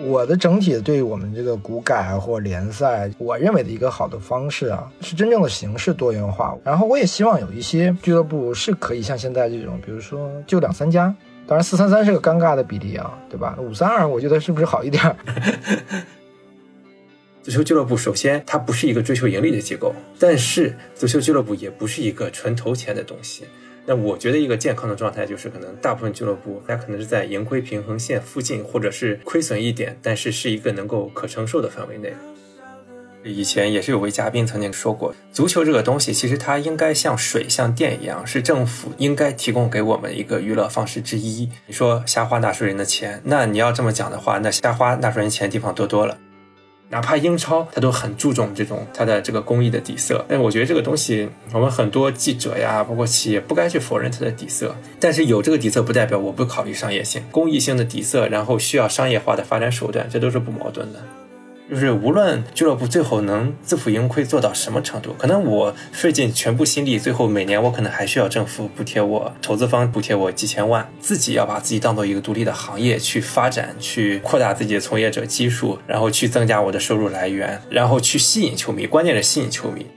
我的整体对我们这个股改或联赛，我认为的一个好的方式啊，是真正的形式多元化。然后我也希望有一些俱乐部是可以像现在这种，比如说就2-3家，当然4-3-3是个尴尬的比例啊，对吧？5-3-2我觉得是不是好一点？ 足球俱乐部首先它不是一个追求盈利的机构，但是足球俱乐部也不是一个纯投钱的东西。那我觉得一个健康的状态就是可能大部分俱乐部它可能是在盈亏平衡线附近，或者是亏损一点，但是是一个能够可承受的范围内。以前也是有位嘉宾曾经说过，足球这个东西其实它应该像水像电一样，是政府应该提供给我们一个娱乐方式之一。你说瞎花纳税人的钱，那你要这么讲的话，那瞎花纳税人钱地方多多了。哪怕英超他都很注重这种他的这个公益的底色，但我觉得这个东西我们很多记者呀包括企业不该去否认它的底色，但是有这个底色不代表我不考虑商业性，公益性的底色然后需要商业化的发展手段，这都是不矛盾的。就是无论俱乐部最后能自负盈亏做到什么程度，可能我费尽全部心力，最后每年我可能还需要政府补贴我，投资方补贴我几千万，自己要把自己当做一个独立的行业去发展，去扩大自己的从业者基数，然后去增加我的收入来源，然后去吸引球迷，关键是吸引球迷。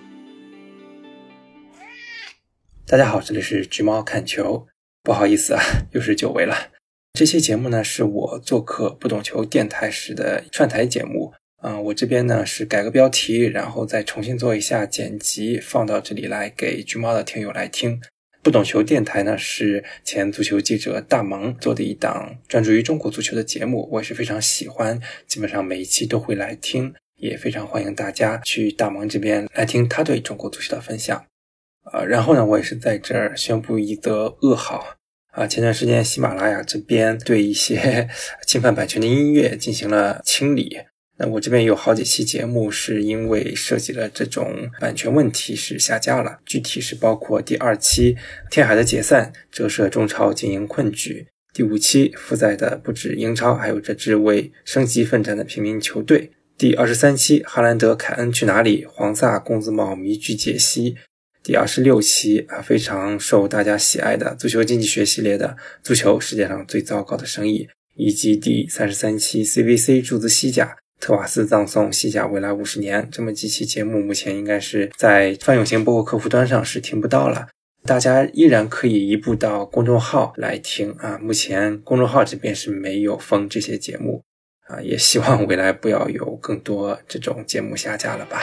大家好，这里是橘猫看球，不好意思啊，又是久违了。这期节目呢是我做客不懂球电台时的串台节目，我这边呢是改个标题，然后再重新做一下剪辑，放到这里来给橘猫的听友来听。不懂球电台呢是前足球记者大萌做的一档专注于中国足球的节目，我也是非常喜欢，基本上每一期都会来听，也非常欢迎大家去大萌这边来听他对中国足球的分享。然后呢，我也是在这儿宣布一则噩耗。前段时间喜马拉雅这边对一些侵犯版权的音乐进行了清理，那我这边有好几期节目是因为涉及了这种版权问题是下架了，具体是包括第2期天海的解散折射中超经营困局，第5期负载的不止英超还有这支为升级奋战的平民球队，第23期哈兰德凯恩去哪里黄萨工字帽谜剧解析，第26期非常受大家喜爱的足球经济学系列的足球世界上最糟糕的生意，以及第33期 CVC 注资西甲特瓦斯葬送西甲未来50年，这么几期节目目前应该是在范永行播客客户端上是听不到了，大家依然可以移步到公众号来听目前公众号这边是没有封这些节目也希望未来不要有更多这种节目下架了吧。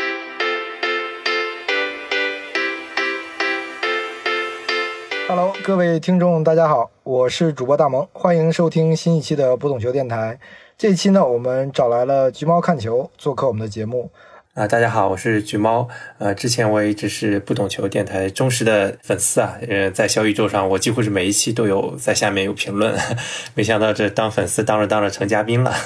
Hello， 各位听众大家好，我是主播大萌，欢迎收听新一期的不懂球电台。这一期呢，我们找来了橘猫看球做客我们的节目。 大家好，我是橘猫。之前我也一直是不懂球电台忠实的粉丝在小宇宙上我几乎是每一期都有在下面有评论，没想到这当粉丝当着成嘉宾了。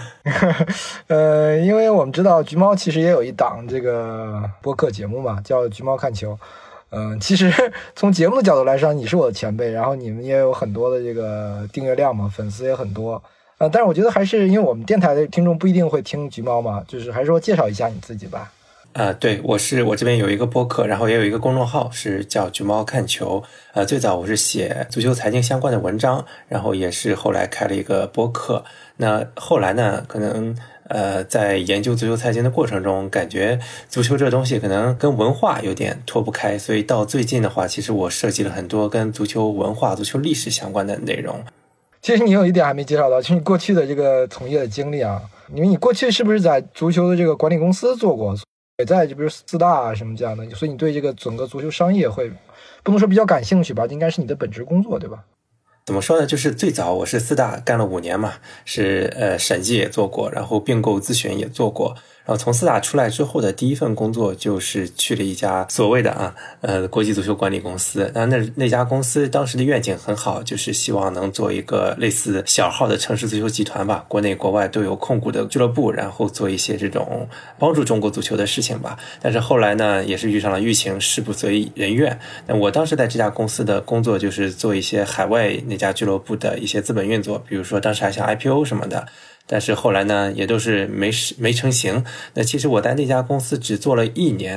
因为我们知道橘猫其实也有一档这个播客节目嘛，叫橘猫看球。其实从节目的角度来说，你是我的前辈，然后你们也有很多的这个订阅量嘛，粉丝也很多。但是我觉得还是因为我们电台的听众不一定会听橘猫嘛，就是还是说介绍一下你自己吧。 对，我这边有一个播客，然后也有一个公众号是叫橘猫看球。最早我是写足球财经相关的文章，然后也是后来开了一个播客。那后来呢，可能在研究足球财经的过程中，感觉足球这东西可能跟文化有点脱不开，所以到最近的话，其实我设计了很多跟足球文化、足球历史相关的内容。 其实你有一点还没介绍到，就是你过去的这个从业的经历啊，因为你过去是不是在足球的这个管理公司做过，也在就比如四大什么这样的，所以你对这个整个足球商业会不能说比较感兴趣吧，应该是你的本职工作，对吧？ 怎么说呢，就是最早我是四大干了5年嘛，是审计也做过，然后并购咨询也做过，然后从四大出来之后的第一份工作就是去了一家所谓的国际足球管理公司。那家公司当时的愿景很好，就是希望能做一个类似小号的城市足球集团吧，国内国外都有控股的俱乐部，然后做一些这种帮助中国足球的事情吧。但是后来呢，也是遇上了疫情，事不随人愿。那我当时在这家公司的工作就是做一些海外那家俱乐部的一些资本运作，比如说当时还想 IPO 什么的。但是后来呢，也都是没成型。那其实我在那家公司只做了1年，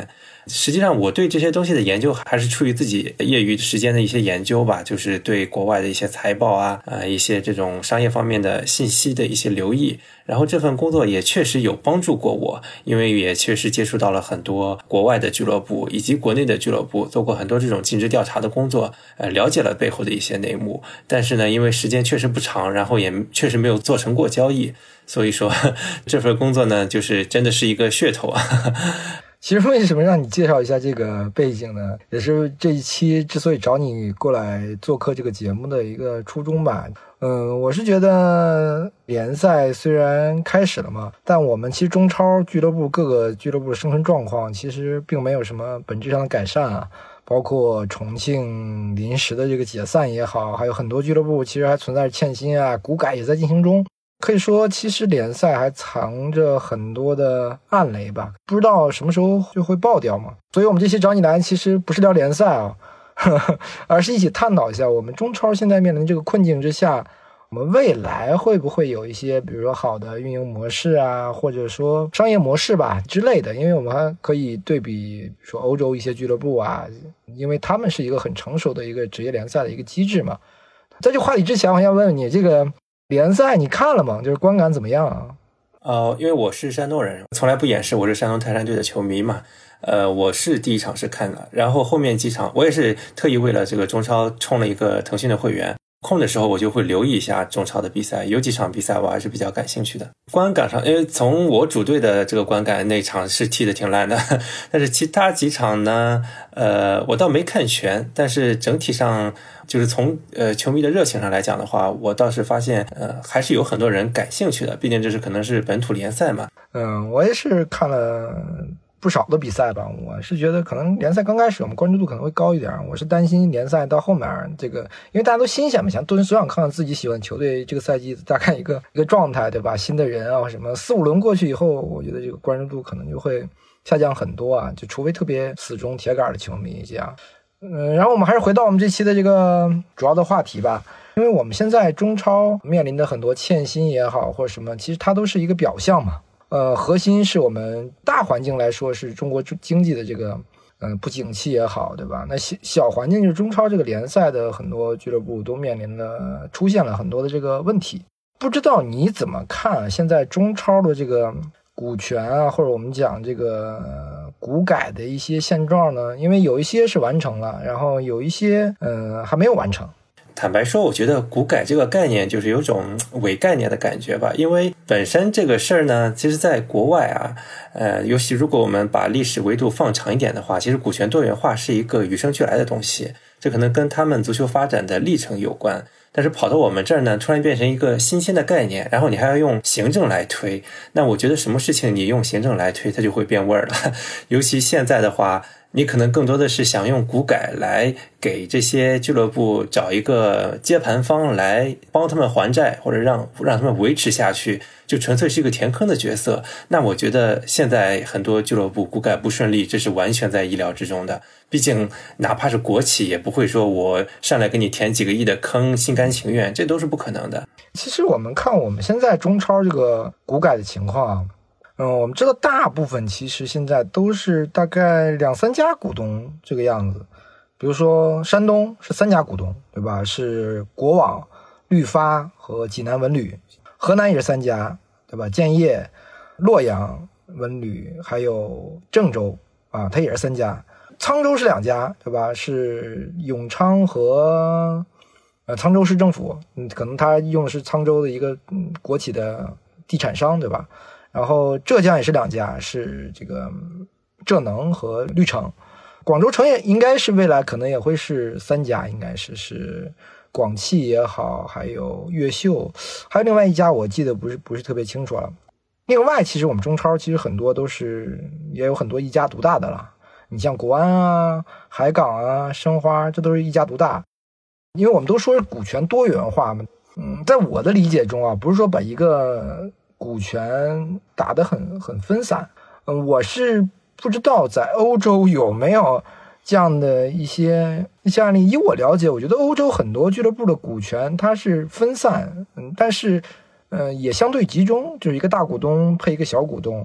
实际上我对这些东西的研究还是出于自己业余时间的一些研究吧，就是对国外的一些财报啊，一些这种商业方面的信息的一些留意。然后这份工作也确实有帮助过我，因为也确实接触到了很多国外的俱乐部以及国内的俱乐部，做过很多这种尽职调查的工作，了解了背后的一些内幕。但是呢，因为时间确实不长，然后也确实没有做成过交易，所以说这份工作呢，就是真的是一个噱头啊。 其实为什么让你介绍一下这个背景呢？也是这一期之所以找你过来做客这个节目的一个初衷吧。我是觉得联赛虽然开始了嘛，但我们其实中超俱乐部各个俱乐部的生存状况其实并没有什么本质上的改善啊。包括重庆临时的这个解散也好，还有很多俱乐部其实还存在欠薪啊，股改也在进行中。可以说其实联赛还藏着很多的暗雷吧，不知道什么时候就会爆掉嘛。所以我们这期找你来其实不是聊联赛啊，而是一起探讨一下我们中超现在面临这个困境之下，我们未来会不会有一些比如说好的运营模式啊，或者说商业模式吧之类的。因为我们还可以对比说欧洲一些俱乐部啊，因为他们是一个很成熟的一个职业联赛的一个机制嘛。在这话题之前，我想问问你，这个联赛你看了吗？就是观感怎么样啊？ 因为我是山东人，从来不掩饰我是山东泰山队的球迷嘛。我是第一场是看了，然后后面几场我也是特意为了这个中超充了一个腾讯的会员，空的时候我就会留意一下中超的比赛，有几场比赛我还是比较感兴趣的。观感上，因为从我主队的这个观感，那场是踢得挺烂的，但是其他几场呢，我倒没看全，但是整体上就是从球迷的热情上来讲的话，我倒是发现还是有很多人感兴趣的，毕竟这是可能是本土联赛嘛。 我也是看了不少的比赛吧，我是觉得可能联赛刚开始我们关注度可能会高一点，我是担心联赛到后面这个，因为大家都新鲜嘛，想都想看看自己喜欢球队这个赛季大概一个状态，对吧？新的人啊什么4-5轮过去以后，我觉得这个关注度可能就会下降很多啊，就除非特别死忠铁杆的球迷这样。然后我们还是回到我们这期的这个主要的话题吧，因为我们现在中超面临的很多欠薪也好或者什么，其实它都是一个表象嘛。核心是我们大环境来说是中国经济的这个不景气也好，对吧？那小环境就是中超这个联赛的很多俱乐部都面临了出现了很多的这个问题。不知道你怎么看现在中超的这个股权啊，或者我们讲这个股改的一些现状呢？因为有一些是完成了，然后有一些还没有完成。 坦白说，我觉得股改这个概念就是有种伪概念的感觉吧，因为本身这个事儿呢，其实在国外啊，尤其如果我们把历史维度放长一点的话，其实股权多元化是一个与生俱来的东西，这可能跟他们足球发展的历程有关。但是跑到我们这儿呢，突然变成一个新鲜的概念，然后你还要用行政来推，那我觉得什么事情你用行政来推，它就会变味儿了。尤其现在的话，你可能更多的是想用股改来给这些俱乐部找一个接盘方来帮他们还债，或者让他们维持下去，就纯粹是一个填坑的角色。那我觉得现在很多俱乐部股改不顺利，这是完全在意料之中的。毕竟哪怕是国企也不会说我上来给你填几个亿的坑心甘情愿，这都是不可能的。 其实我们看我们现在中超这个股改的情况我们知道大部分其实现在都是大概2-3家股东这个样子。比如说山东是3家股东，对吧？是国网、绿发和济南文旅。河南也是3家，对吧？建业、洛阳文旅还有郑州啊，它也是3家。沧州是2家，对吧？是永昌和沧州市政府，可能他用的是沧州的一个国企的地产商，对吧？然后浙江也是2家，是这个浙能和绿城。广州城也应该是未来可能也会是3家，应该是广汽也好，还有越秀，还有另外一家我记得不是特别清楚了。另外其实我们中超其实很多都是也有很多一家独大的了，你像国安啊、海港啊、申花，这都是一家独大。因为我们都说是股权多元化嘛，在我的理解中啊，不是说把一个股权打得很分散。我是不知道在欧洲有没有这样的一些案例。以我了解，我觉得欧洲很多俱乐部的股权它是分散，但是也相对集中，就是一个大股东配一个小股东。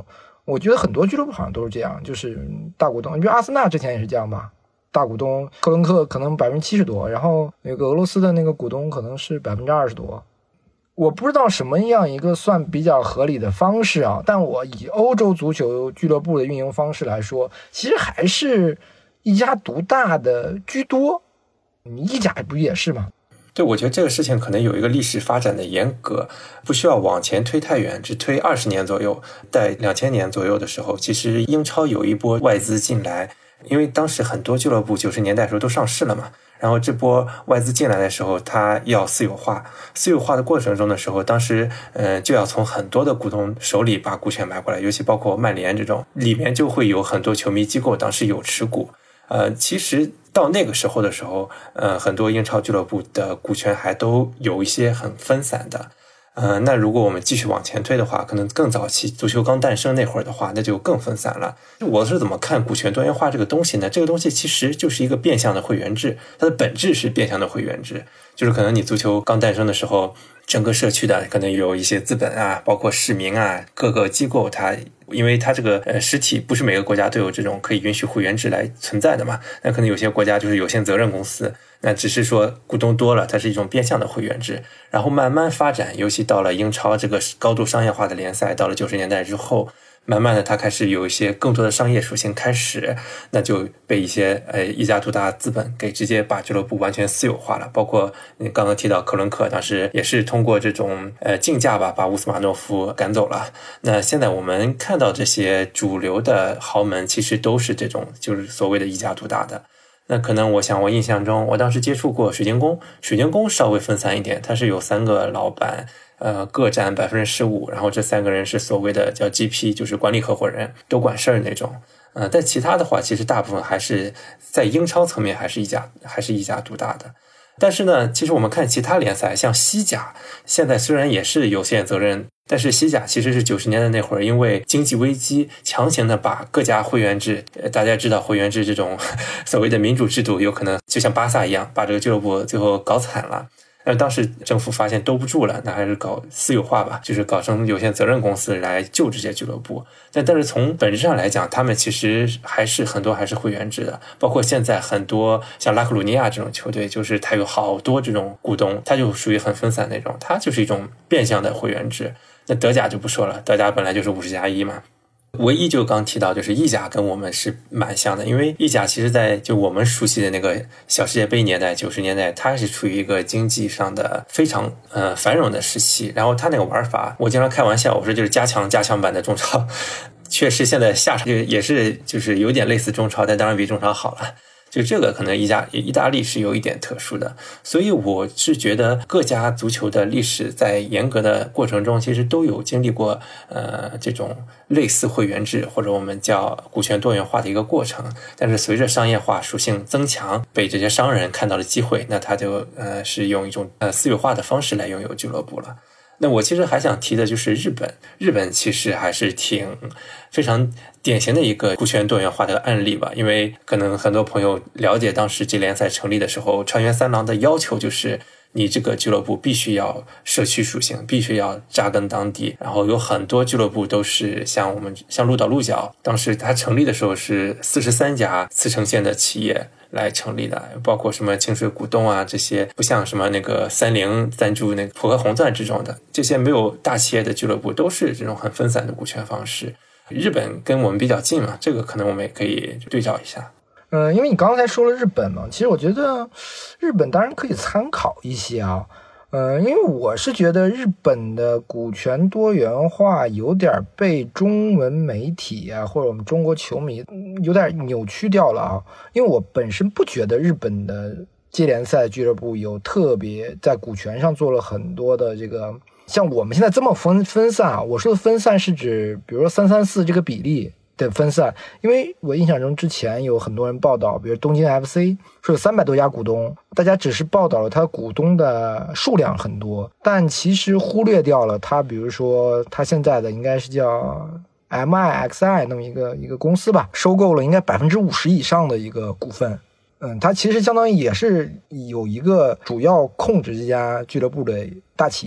我觉得很多俱乐部好像都是这样，就是大股东，比如阿森纳之前也是这样吧，大股东克伦克可能70%多，然后那个俄罗斯的那个股东可能是20%多。我不知道什么样一个算比较合理的方式啊，但我以欧洲足球俱乐部的运营方式来说，其实还是一家独大的居多。意甲不也是吗？ 对，我觉得这个事情可能有一个历史发展的严格，不需要往前推太远，只推20年左右。在2000年左右的时候，其实英超有一波外资进来，因为当时很多俱乐部90年代的时候都上市了嘛，然后这波外资进来的时候，他要私有化，私有化的过程中的时候，当时就要从很多的股东手里把股权买过来，尤其包括曼联这种，里面就会有很多球迷机构当时有持股。其实到那个时候的时候，很多英超俱乐部的股权还都有一些很分散的。那如果我们继续往前推的话，可能更早期足球刚诞生那会儿的话，那就更分散了。我是怎么看股权多元化这个东西呢？这个东西其实就是一个变相的会员制，它的本质是变相的会员制，就是可能你足球刚诞生的时候，整个社区的可能有一些资本啊，包括市民啊，各个机构它。因为它这个实体不是每个国家都有这种可以允许会员制来存在的嘛，那可能有些国家就是有限责任公司，那只是说股东多了，它是一种变相的会员制，然后慢慢发展，尤其到了英超这个高度商业化的联赛，到了90年代之后，慢慢的它开始有一些更多的商业属性开始，那就被一些一家独大资本给直接把俱乐部完全私有化了，包括你刚刚提到克伦克当时也是通过这种竞价吧把乌斯马诺夫赶走了。那现在我们看到这些主流的豪门其实都是这种就是所谓的一家独大的。那可能我印象中我当时接触过水晶宫，水晶宫稍微分散一点，它是有3个老板各占15%，然后这3个人是所谓的叫 GP， 就是管理合伙人，都管事儿那种。但其他的话，其实大部分还是在英超层面还是一家独大的。但是呢，其实我们看其他联赛，像西甲，现在虽然也是有限责任，但是西甲其实是90年代那会儿，因为经济危机，强行的把各家会员制，大家知道会员制这种所谓的民主制度，有可能就像巴萨一样，把这个俱乐部最后搞惨了。当时政府发现兜不住了，那还是搞私有化吧，就是搞成有限责任公司来救这些俱乐部。但是从本质上来讲，他们其实很多还是会员制的，包括现在很多像拉克鲁尼亚这种球队，就是它有好多这种股东，它就属于很分散那种，它就是一种变相的会员制。那德甲就不说了，德甲本来就是50+1嘛。唯一就刚提到就是意甲跟我们是蛮像的，因为意甲其实在就我们熟悉的那个小世界杯年代90年代，它是处于一个经济上的非常繁荣的时期，然后它那个玩法我经常开玩笑，我说就是加强版的中超，确实现在下场也是就是有点类似中超，但当然比中超好了。就这个可能意大利是有一点特殊的，所以我是觉得各家足球的历史在严格的过程中其实都有经历过这种类似会员制或者我们叫股权多元化的一个过程，但是随着商业化属性增强，被这些商人看到了机会，那他就是用一种私有化的方式来拥有俱乐部了。那我其实还想提的就是日本其实还是非常典型的一个股权多元化的案例吧，因为可能很多朋友了解当时这联赛成立的时候，川原三郎的要求就是你这个俱乐部必须要社区属性，必须要扎根当地，然后有很多俱乐部都是像鹿岛鹿角，当时它成立的时候是43家茨城县的企业来成立的，包括什么清水股东啊，这些不像什么那个30赞助那个浦和红钻这种的，这些没有大企业的俱乐部都是这种很分散的股权方式。日本跟我们比较近嘛，这个可能我们也可以对照一下。 因为你刚才说了日本嘛，其实我觉得日本当然可以参考一些啊。因为我是觉得日本的股权多元化有点被中文媒体啊或者我们中国球迷有点扭曲掉了啊。因为我本身不觉得日本的接联赛俱乐部有特别在股权上做了很多的这个像我们现在这么分散啊。我说的分散是指比如说3-3-4这个比例的分散，因为我印象中之前有很多人报道，比如东京 FC 说有300多家股东，大家只是报道了他股东的数量很多，但其实忽略掉了他比如说他现在的应该是叫 MIXI 那么一个公司吧，收购了应该50%以上的一个股份。它其实相当于也是有一个主要控制这家俱乐部的大企业。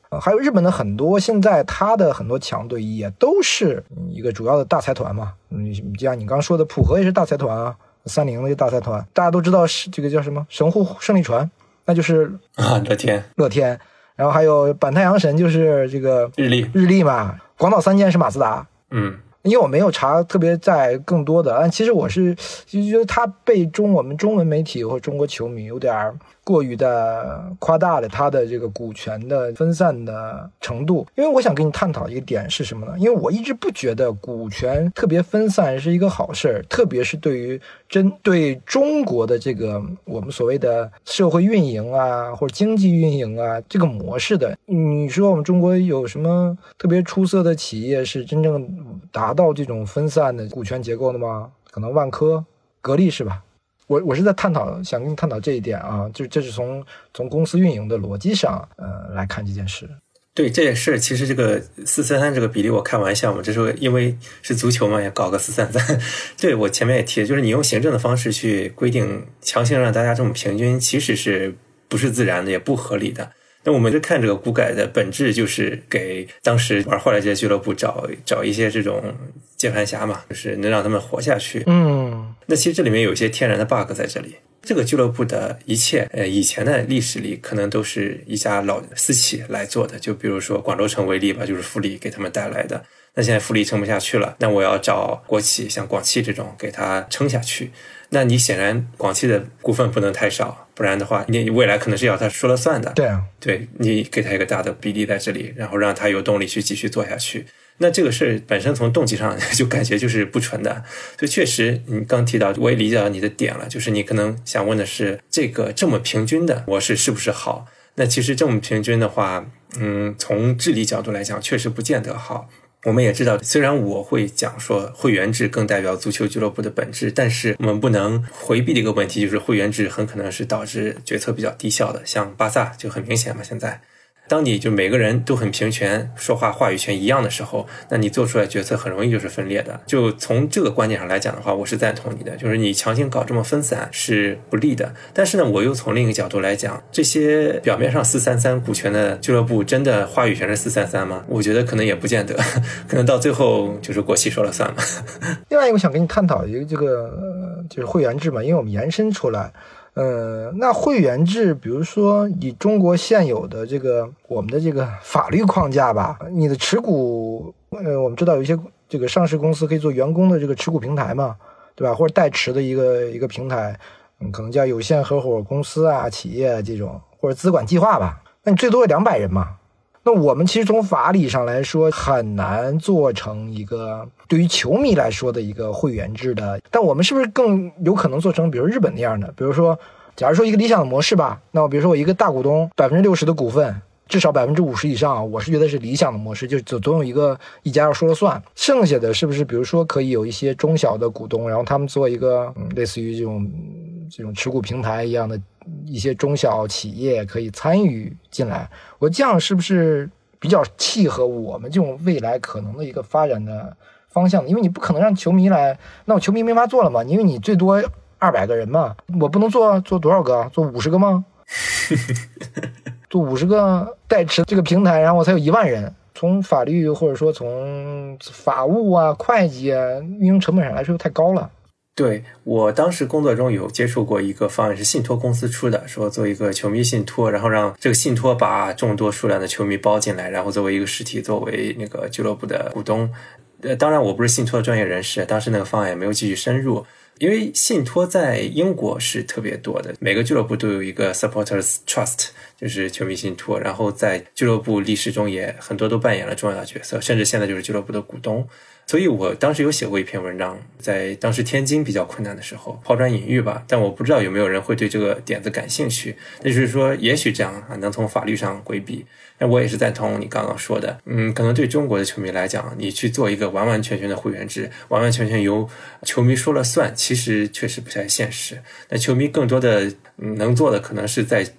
还有日本的很多现在他的很多强队也都是一个主要的大财团嘛，就像你刚刚说的浦和也是大财团啊，30的大财团，大家都知道是这个叫什么神户胜利船，那就是乐天，然后还有阪太阳神就是这个日立嘛，广岛3剑是马自达，因为我没有查特别在更多的，但其实我是就觉得他被我们中文媒体或中国球迷有点过于的夸大了他的这个股权的分散的程度。因为我想跟你探讨一个点是什么呢？因为我一直不觉得股权特别分散是一个好事，特别是对于针对中国的这个我们所谓的社会运营啊或者经济运营啊这个模式的，你说我们中国有什么特别出色的企业是真正达到这种分散的股权结构的吗？可能万科、格力是吧？我是在想跟你探讨这一点啊，这是从公司运营的逻辑上来看这件事。 对，这也是其实这个4-3-3这个比例我开玩笑嘛，这是因为是足球嘛，也搞个4-3-3。对，我前面也提，就是你用行政的方式去规定，强行让大家这么平均，其实是不是自然的，也不合理的。那我们就看这个股改的本质，就是给当时玩坏了这些俱乐部找一些这种接盘侠嘛，就是能让他们活下去。那其实这里面有一些天然的 bug 在这里。这个俱乐部的一切以前的历史里可能都是一家老私企来做的，就比如说广州城为例吧，就是富力给他们带来的。那现在富力撑不下去了，那我要找国企，像广汽这种给它撑下去。那你显然广汽的股份不能太少，不然的话你未来可能是要他说了算的。 对啊， 对，你给他一个大的比例在这里，然后让他有动力去继续做下去。那这个事本身从动机上就感觉就是不纯的，所以确实你刚提到，我也理解到你的点了，就是你可能想问的是这个这么平均的模式是不是好？那其实这么平均的话，从治理角度来讲确实不见得好。我们也知道，虽然我会讲说会员制更代表足球俱乐部的本质，但是我们不能回避的一个问题就是会员制很可能是导致决策比较低效的，像巴萨就很明显嘛。现在当你就每个人都很平权，说话语权一样的时候，那你做出来决策很容易就是分裂的。就从这个观点上来讲的话，我是赞同你的，就是你强行搞这么分散是不利的。但是呢，我又从另一个角度来讲，这些表面上4-3-3股权的俱乐部真的话语权是4-3-3吗？我觉得可能也不见得，可能到最后就是国企说了算嘛。 另外一个我想跟你探讨一个这个就是会员制嘛，因为我们延伸出来那会员制比如说以中国现有的这个我们的这个法律框架吧，你的持股我们知道有一些这个上市公司可以做员工的这个持股平台嘛，对吧？或者代持的一个平台，可能叫有限合伙公司啊、企业这种，或者资管计划吧，那你最多有200人嘛。那我们其实从法理上来说很难做成一个对于球迷来说的一个会员制的，但我们是不是更有可能做成比如日本那样的，比如说假如说一个理想的模式吧，那我比如说我一个大股东60%的股份，至少50%以上，我是觉得是理想的模式，就总有一家要说了算，剩下的是不是比如说可以有一些中小的股东，然后他们做一个类似于这种持股平台一样的一些中小企业可以参与进来，我这样是不是比较契合我们这种未来可能的一个发展的方向？因为你不可能让球迷来，那我球迷没法做了嘛，因为你最多200个人嘛，我不能做多少个？做50个吗？做50个代持这个平台，然后我才有1万人。从法律或者说从法务啊、会计啊、运营成本上来说太高了。 对，我当时工作中有接触过一个方案，是信托公司出的，说做一个球迷信托，然后让这个信托把众多数量的球迷包进来，然后作为一个实体，作为那个俱乐部的股东。当然我不是信托专业人士，当时那个方案也没有继续深入。因为信托在英国是特别多的，每个俱乐部都有一个 supporters trust， 就是球迷信托，然后在俱乐部历史中也很多都扮演了重要的角色，甚至现在就是俱乐部的股东。所以我当时有写过一篇文章，在当时天津比较困难的时候，抛砖引玉吧，但我不知道有没有人会对这个点子感兴趣。那就是说也许这样能从法律上规避。那我也是赞同你刚刚说的，可能对中国的球迷来讲，你去做一个完完全全的会员制，完完全全由球迷说了算，其实确实不太现实。那球迷更多的能做的可能是在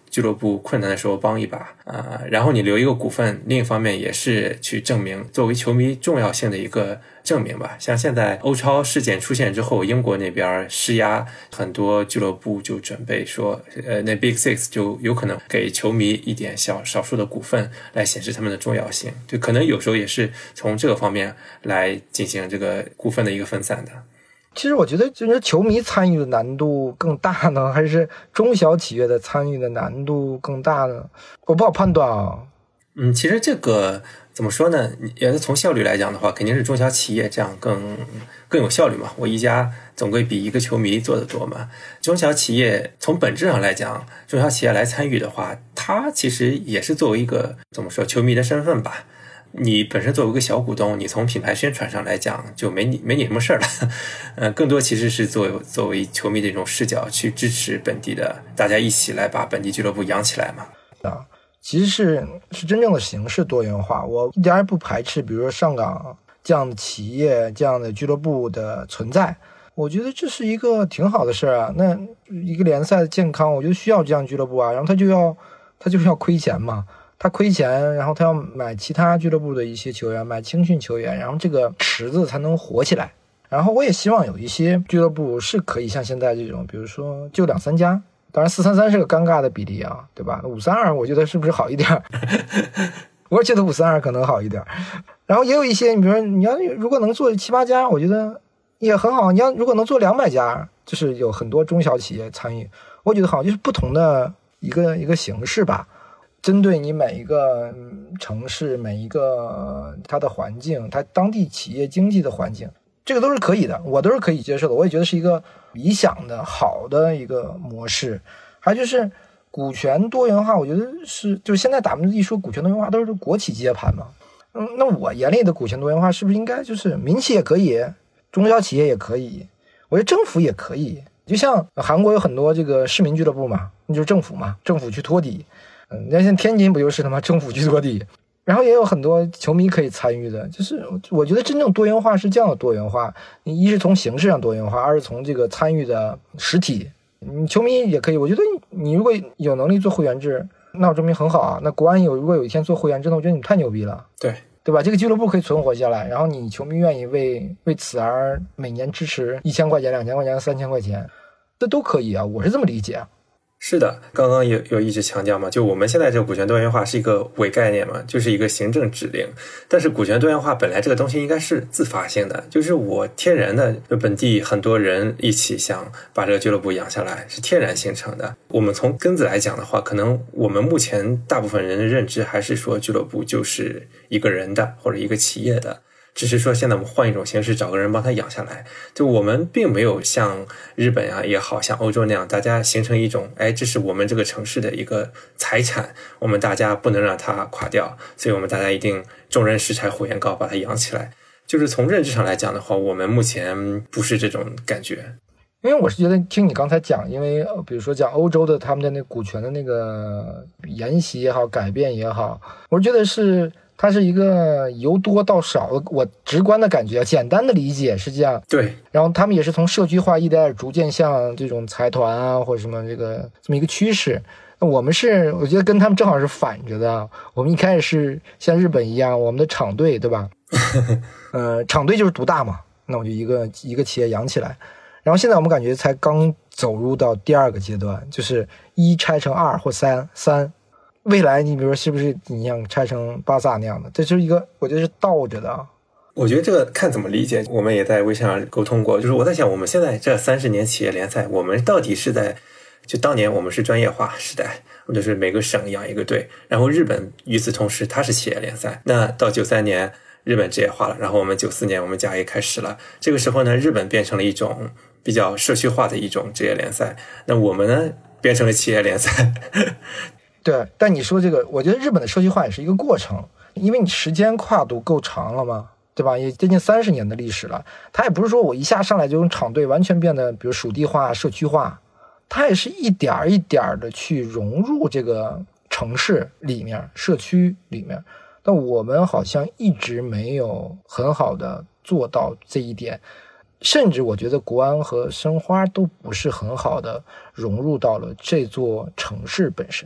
俱乐部困难的时候帮一把然后你留一个股份，另一方面也是去证明作为球迷重要性的一个证明吧。像现在欧超事件出现之后，英国那边施压，很多俱乐部就准备说那 Big Six 就有可能给球迷一点少数的股份来显示他们的重要性，就可能有时候也是从这个方面来进行这个股份的一个分散的。 其实我觉得就是球迷参与的难度更大呢，还是中小企业的参与的难度更大呢？我不好判断啊。 其实这个怎么说呢？也是从效率来讲的话，肯定是中小企业这样更有效率嘛。我一家总归比一个球迷做得多嘛。中小企业从本质上来讲，中小企业来参与的话，它其实也是作为一个怎么说球迷的身份吧。你本身作为一个小股东，你从品牌宣传上来讲就没你什么事了，更多其实是作为球迷的一种视角去支持本地的，大家一起来把本地俱乐部养起来嘛。 其实是真正的形式多元化，我一点也不排斥，比如说上港这样的企业、这样的俱乐部的存在，我觉得这是一个挺好的事啊。那一个联赛的健康，我觉得需要这样俱乐部啊，然后他就是要亏钱嘛。他亏钱，然后他要买其他俱乐部的一些球员，买青训球员，然后这个池子才能活起来。然后我也希望有一些俱乐部是可以像现在这种，比如说就2-3家，当然4-3-3是个尴尬的比例啊，对吧？5-3-2我觉得是不是好一点？我觉得5-3-2可能好一点。然后也有一些，你比如说你要如果能做7-8家，我觉得也很好。你要如果能做200家，就是有很多中小企业参与，我觉得好，就是不同的一个形式吧。针对你每一个城市，每一个它的环境，它当地企业经济的环境，这个都是可以的，我都是可以接受的，我也觉得是一个理想的好的一个模式。还有就是股权多元化，我觉得就是现在咱们一说股权多元化都是国企接盘嘛。那我眼里的股权多元化是不是应该就是民企也可以，中小企业也可以，我觉得政府也可以。就像韩国有很多这个市民俱乐部嘛，那就是政府嘛，政府去托底。那现在天津不就是他妈政府去托底，然后也有很多球迷可以参与的。就是我觉得真正多元化是这样的多元化，你一是从形式上多元化，二是从这个参与的实体。你球迷也可以，我觉得你如果有能力做会员制，那我证明很好啊。那国安如果有一天做会员制，那我觉得你太牛逼了，对吧？这个俱乐部可以存活下来，然后你球迷愿意为此而每年支持1000块钱、2000块钱、3000块钱，这都可以啊，我是这么理解啊。 是的，刚刚有一直强调嘛，就我们现在这个股权多元化是一个伪概念嘛，就是一个行政指令。但是股权多元化本来这个东西应该是自发性的，就是我天然的本地很多人一起想把这个俱乐部养下来，是天然形成的。我们从根子来讲的话，可能我们目前大部分人的认知还是说俱乐部就是一个人的或者一个企业的。只是说现在我们换一种形式，找个人帮他养下来。就我们并没有像日本啊也好，像欧洲那样，大家形成一种这是我们这个城市的一个财产，我们大家不能让它垮掉，所以我们大家一定众人拾柴火焰高，把它养起来。就是从认知上来讲的话，我们目前不是这种感觉。 因为我是觉得听你刚才讲，因为比如说讲欧洲的他们的那股权的那个沿袭也好，改变也好，我觉得它是一个由多到少的，我直观的感觉，简单的理解是这样。 对， 然后他们也是从社区化一代逐渐向这种财团啊或者什么这么一个趋势。那我们我觉得跟他们正好是反着的。我们一开始是像日本一样，我们的厂队对吧？厂队就是独大嘛，那我就一个企业养起来。然后现在我们感觉才刚走入到第二个阶段，就是1拆成2或3。未来你比如说是不是你想拆成巴萨那样的，这就是一个我觉得是倒着的。 我觉得这个看怎么理解，我们也在微信上沟通过，就是我在想我们现在这30年企业联赛，我们到底是在就当年我们是专业化时代，我们就是每个省养一个队，然后日本与此同时它是企业联赛，那到93年日本职业化了，然后我们94年我们甲 A 开始了，这个时候呢日本变成了一种比较社区化的一种职业联赛，那我们呢变成了企业联赛。 对，但你说这个，我觉得日本的社区化也是一个过程，因为你时间跨度够长了嘛，对吧？也接近30年的历史了。它也不是说我一下上来就用厂队完全变得，比如属地化、社区化，它也是一点一点的去融入这个城市里面、社区里面。但我们好像一直没有很好的做到这一点，甚至我觉得国安和申花都不是很好的融入到了这座城市本身。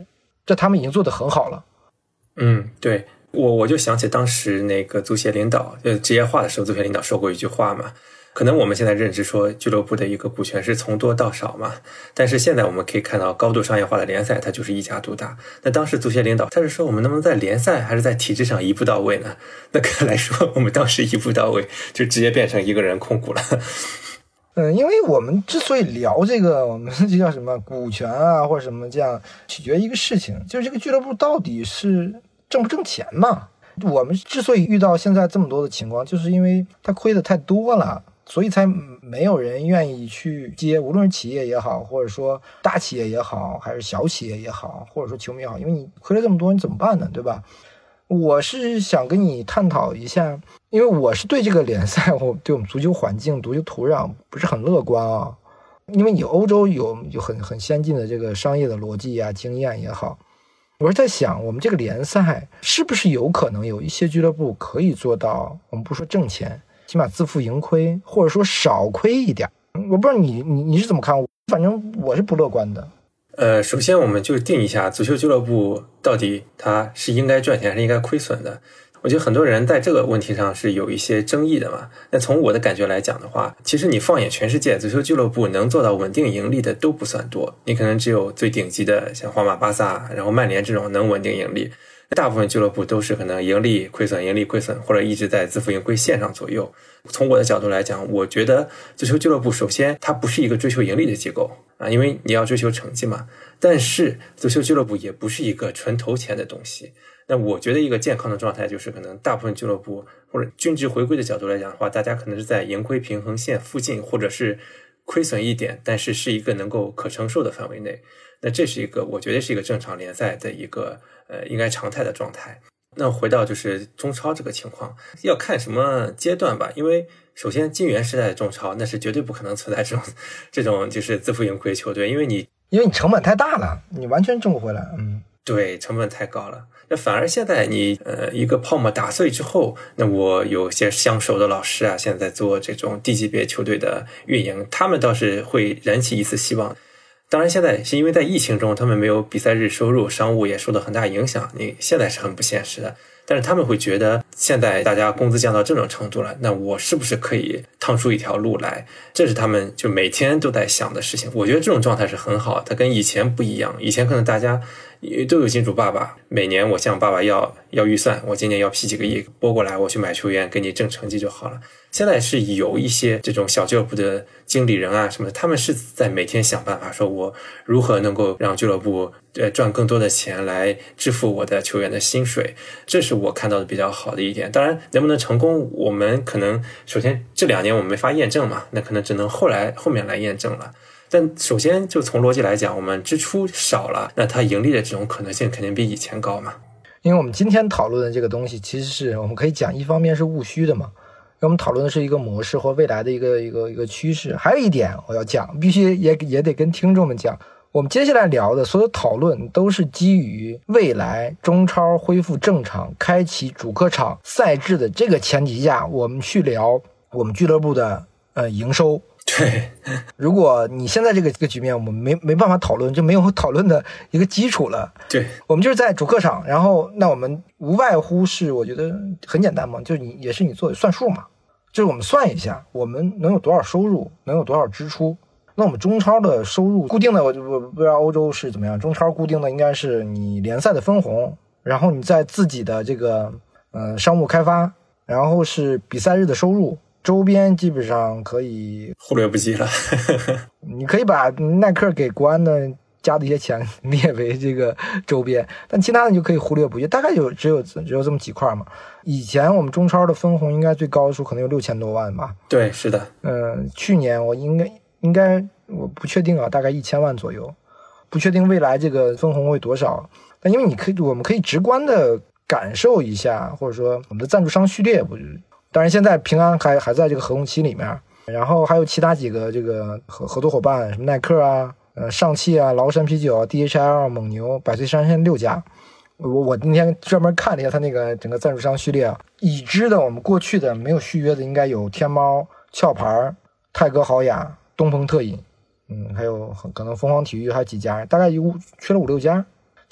这他们已经做得很好了。 对，我就想起当时那个足协领导职业化的时候，足协领导说过一句话嘛，可能我们现在认知说俱乐部的一个股权是从多到少嘛，但是现在我们可以看到高度商业化的联赛它就是一家独大。那当时足协领导他是说我们能不能在联赛还是在体制上一步到位呢？那看来说我们当时一步到位就直接变成一个人控股了。 因为我们之所以聊这个，我们这叫什么股权啊或者什么，这样取决于一个事情，就是这个俱乐部到底是挣不挣钱嘛。我们之所以遇到现在这么多的情况，就是因为它亏的太多了，所以才没有人愿意去接，无论是企业也好，或者说大企业也好，还是小企业也好，或者说球迷也好，因为你亏了这么多，你怎么办呢？对吧？我是想跟你探讨一下，因为我是对这个联赛，我对我们足球环境、足球土壤不是很乐观啊。因为你欧洲有很先进的这个商业的逻辑啊、经验也好，我是在想，我们这个联赛是不是有可能有一些俱乐部可以做到，我们不说挣钱，起码自负盈亏，或者说少亏一点。我不知道你是怎么看，反正我是不乐观的。 首先我们就定一下足球俱乐部到底它是应该赚钱还是应该亏损的。我觉得很多人在这个问题上是有一些争议的嘛。那从我的感觉来讲的话，其实你放眼全世界，足球俱乐部能做到稳定盈利的都不算多，你可能只有最顶级的像皇马、巴萨，然后曼联这种能稳定盈利。大部分俱乐部都是可能盈利亏损、盈利亏损，或者一直在自负盈亏线上左右。从我的角度来讲，我觉得足球俱乐部首先它不是一个追求盈利的机构啊，因为你要追求成绩嘛。但是足球俱乐部也不是一个纯投钱的东西。那我觉得一个健康的状态就是可能大部分俱乐部或者均值回归的角度来讲的话，大家可能是在盈亏平衡线附近，或者是亏损一点，但是是一个能够可承受的范围内。那这是一个我觉得是一个正常联赛的一个应该常态的状态。那回到就是中超这个情况，要看什么阶段吧。因为首先金元时代的中超那是绝对不可能存在这种就是自负盈亏球队，因为你成本太大了，你完全挣不回来。 对，成本太高了。那反而现在你一个泡沫打碎之后，那我有些相熟的老师啊，现在做这种低级别球队的运营，他们倒是会燃起一丝希望。当然现在是因为在疫情中他们没有比赛日收入，商务也受到很大影响，你现在是很不现实的。但是他们会觉得现在大家工资降到这种程度了，那我是不是可以趟出一条路来，这是他们就每天都在想的事情。我觉得这种状态是很好，它跟以前不一样。以前可能大家都有金主爸爸，每年我向爸爸要预算，我今年要批几个亿拨过来，我去买球员给你挣成绩就好了。现在是有一些这种小俱乐部的经理人啊什么的，他们是在每天想办法说我如何能够让俱乐部赚更多的钱来支付我的球员的薪水，这是我看到的比较好的一点。当然能不能成功，我们可能首先这2年我们没法验证嘛，那可能只能后面来验证了。但首先就从逻辑来讲，我们支出少了，那它盈利的这种可能性肯定比以前高嘛。 因为我们今天讨论的这个东西，其实是我们可以讲，一方面是务虚的嘛，我们讨论的是一个模式或未来的一个趋势。还有一点我要讲，必须也得跟听众们讲，我们接下来聊的所有讨论都是基于未来中超恢复正常、开启主客场赛制的这个前提下，我们去聊我们俱乐部的营收。 对， 如果你现在这个局面我们没办法讨论，就没有讨论的一个基础了。 对， 我们就是在主客场，然后那我们无外乎是我觉得很简单嘛，就是也是你做的算数嘛，就是我们算一下我们能有多少收入，能有多少支出。那我们中超的收入固定的，我不知道欧洲是怎么样，中超固定的应该是你联赛的分红，然后你在自己的这个商务开发，然后是比赛日的收入，周边基本上可以忽略不计了。 你可以把耐克给国安的加的一些钱列为这个周边，但其他的你就可以忽略不计，大概只有这么几块嘛。以前我们中超的分红应该最高的数可能有6000多万吧。 对，是的。 去年我应该我不确定啊，大概1000万左右，不确定未来这个分红会多少。但因为我们可以直观的感受一下，或者说我们的赞助商序列，当然现在平安还在这个合同期里面，然后还有其他几个这个合作伙伴，什么耐克啊、上汽啊、崂山啤酒、DHL、蒙牛、百岁山6家。我今天专门看了一下他那个整个赞助商序列啊，已知的我们过去的没有续约的应该有天猫、壳牌、泰格豪雅、东鹏特饮，还有可能凤凰体育还有几家，大概缺了5-6家。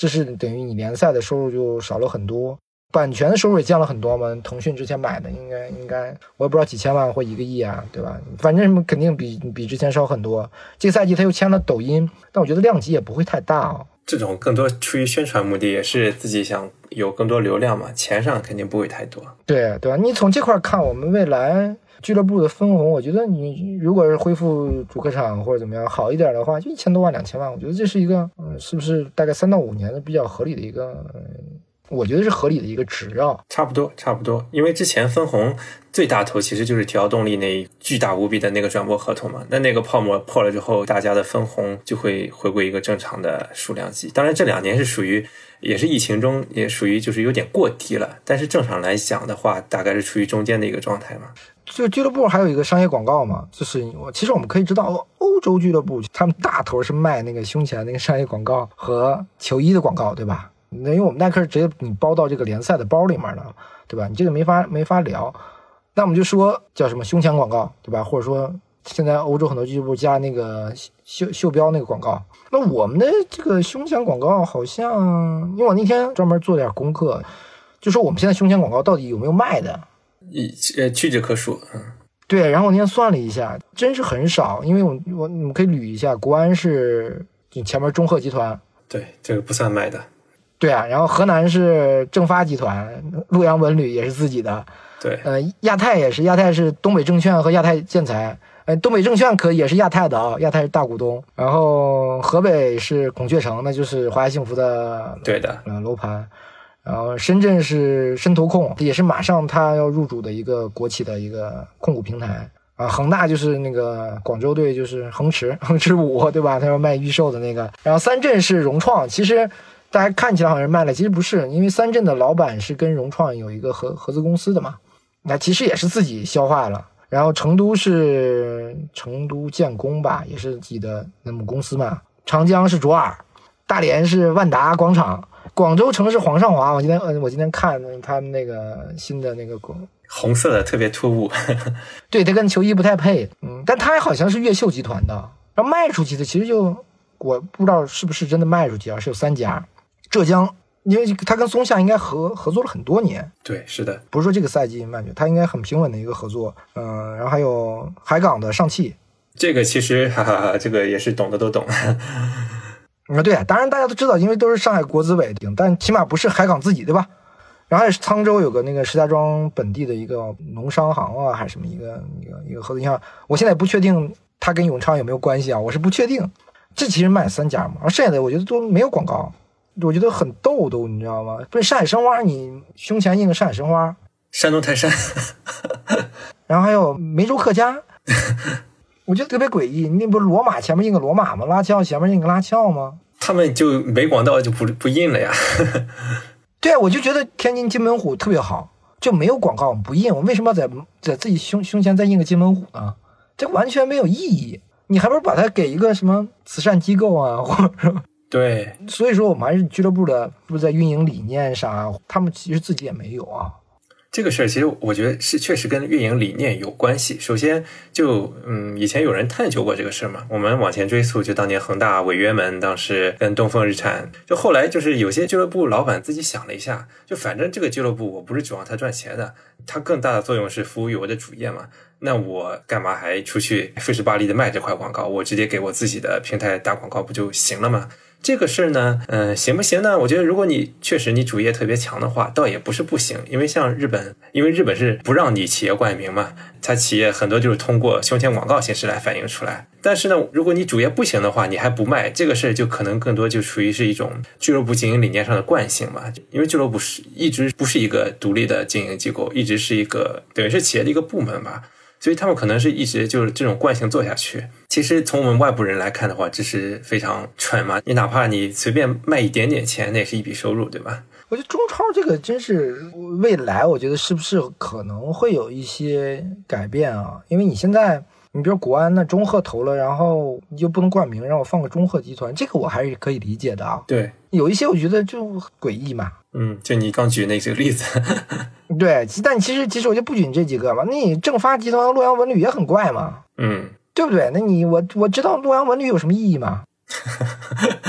这是等于你联赛的收入就少了很多，版权的收入也降了很多嘛。腾讯之前买的应该我也不知道几千万或1个亿啊，对吧？反正肯定比之前少很多。这个赛季他又签了抖音，但我觉得量级也不会太大啊。 这种更多出于宣传目的，也是自己想有更多流量嘛，钱上肯定不会太多。 对吧？你从这块看，我们未来俱乐部的分红，我觉得你如果是恢复主客场或者怎么样好一点的话，就1000多万、2000万，我觉得这是一个是不是大概3到5年的比较合理的一个我觉得是合理的一个值啊。 差不多，因为之前分红最大头其实就是体奥动力那巨大无比的那个转播合同嘛，那个泡沫破了之后，大家的分红就会回归一个正常的数量级。当然这2年是属于也是疫情中也属于就是有点过低了，但是正常来讲的话，大概是处于中间的一个状态嘛。 就俱乐部还有一个商业广告嘛，就是其实我们可以知道，欧洲俱乐部他们大头是卖那个胸前那个商业广告和球衣的广告，对吧？因为我们耐克直接你包到这个联赛的包里面了，对吧？你这个没法聊。那我们就说叫什么胸前广告，对吧？或者说现在欧洲很多俱乐部加那个袖标那个广告。那我们的这个胸前广告好像，因为我那天专门做点功课，就说我们现在胸前广告到底有没有卖的？ 屈指可数。 对，然后我那天算了一下，真是很少。因为我你们可以捋一下，国安是前面中赫集团， 对，这个不算卖的。 对啊，然后河南是正发集团，洛阳文旅也是自己的。 对， 亚太也是，亚太是东北证券和亚太建材。东北证券也是亚太的啊，亚太是大股东。然后河北是孔雀城，那就是华夏幸福的对的楼盘。然后深圳是申投控，也是马上他要入主的一个国企的一个控股平台啊。恒大就是那个广州队，就是恒驰5，对吧？他要卖预售的那个。然后三镇是融创，其实大家看起来好像是卖了，其实不是，因为三镇的老板是跟融创有一个合资公司的嘛，那其实也是自己消化了。然后成都是成都建工吧，也是自己的母公司嘛。长江是卓尔，大连是万达广场，广州城是煌上华。我今天看他们那个新的那个红色的特别突兀， 对，它跟球衣不太配，但它好像是越秀集团的，然后卖出去的其实就我不知道是不是真的卖出去啊，是有3家，浙江。因为他跟松下应该合作了很多年， 对，是的， 不是说这个赛季卖去，他应该很平稳的一个合作。然后还有海港的上汽，这个其实这个也是懂的都懂。 对，当然大家都知道，因为都是上海国资委的，但起码不是海港自己，对吧？然后还是沧州有个那个石家庄本地的一个农商行啊，还是什么一个合作银行，我现在不确定他跟永昌有没有关系啊，我是不确定。这其实卖3家嘛，剩下的我觉得都没有广告。我觉得很逗，你知道吗？不是上海申花，你胸前印个上海申花， 山东泰山， 然后还有梅州客家，我觉得特别诡异。你不是罗马前面印个罗马吗？拉翘前面印个拉翘吗？ 他们就没广告就不印了呀。 对，我就觉得天津金门虎特别好，就没有广告我们不印，我为什么要在自己胸前再印个金门虎呢？这完全没有意义。你还不如把它给一个什么慈善机构啊，或者说。 对， 所以说我们还是俱乐部的，不是在运营理念上啊，他们其实自己也没有啊。 这个事儿其实我觉得是确实跟运营理念有关系。首先就以前有人探究过这个事儿嘛，我们往前追溯，就当年恒大违约门，当时跟东风日产，就后来就是有些俱乐部老板自己想了一下，就反正这个俱乐部我不是指望他赚钱的，他更大的作用是服务于我的主业嘛，那我干嘛还出去费时巴力的卖这块广告，我直接给我自己的平台打广告不就行了吗？这个事儿呢，行不行呢？我觉得如果你确实你主业特别强的话，倒也不是不行。因为像日本是不让你企业冠名嘛，它企业很多就是通过胸前广告形式来反映出来。但是呢，如果你主业不行的话，你还不卖，这个事儿就可能更多就属于是一种俱乐部经营理念上的惯性嘛。因为俱乐部一直不是一个独立的经营机构，一直是一个等于是企业的一个部门吧。所以他们可能是一直就是这种惯性做下去。其实从我们外部人来看的话，这是非常蠢嘛。你哪怕你随便卖一点点钱，那也是一笔收入，对吧？ 我觉得中超这个真是未来，我觉得是不是可能会有一些改变啊？因为你现在，你比如国安那中赫投了，然后你就不能冠名，让我放个中赫集团，这个我还是可以理解的啊。 对， 有一些我觉得就诡异嘛。 就你刚举那个例子。 对，但其实我就不举这几个嘛。那你正发集团和洛阳文旅也很怪嘛，对不对？那你我知道洛阳文旅有什么意义吗？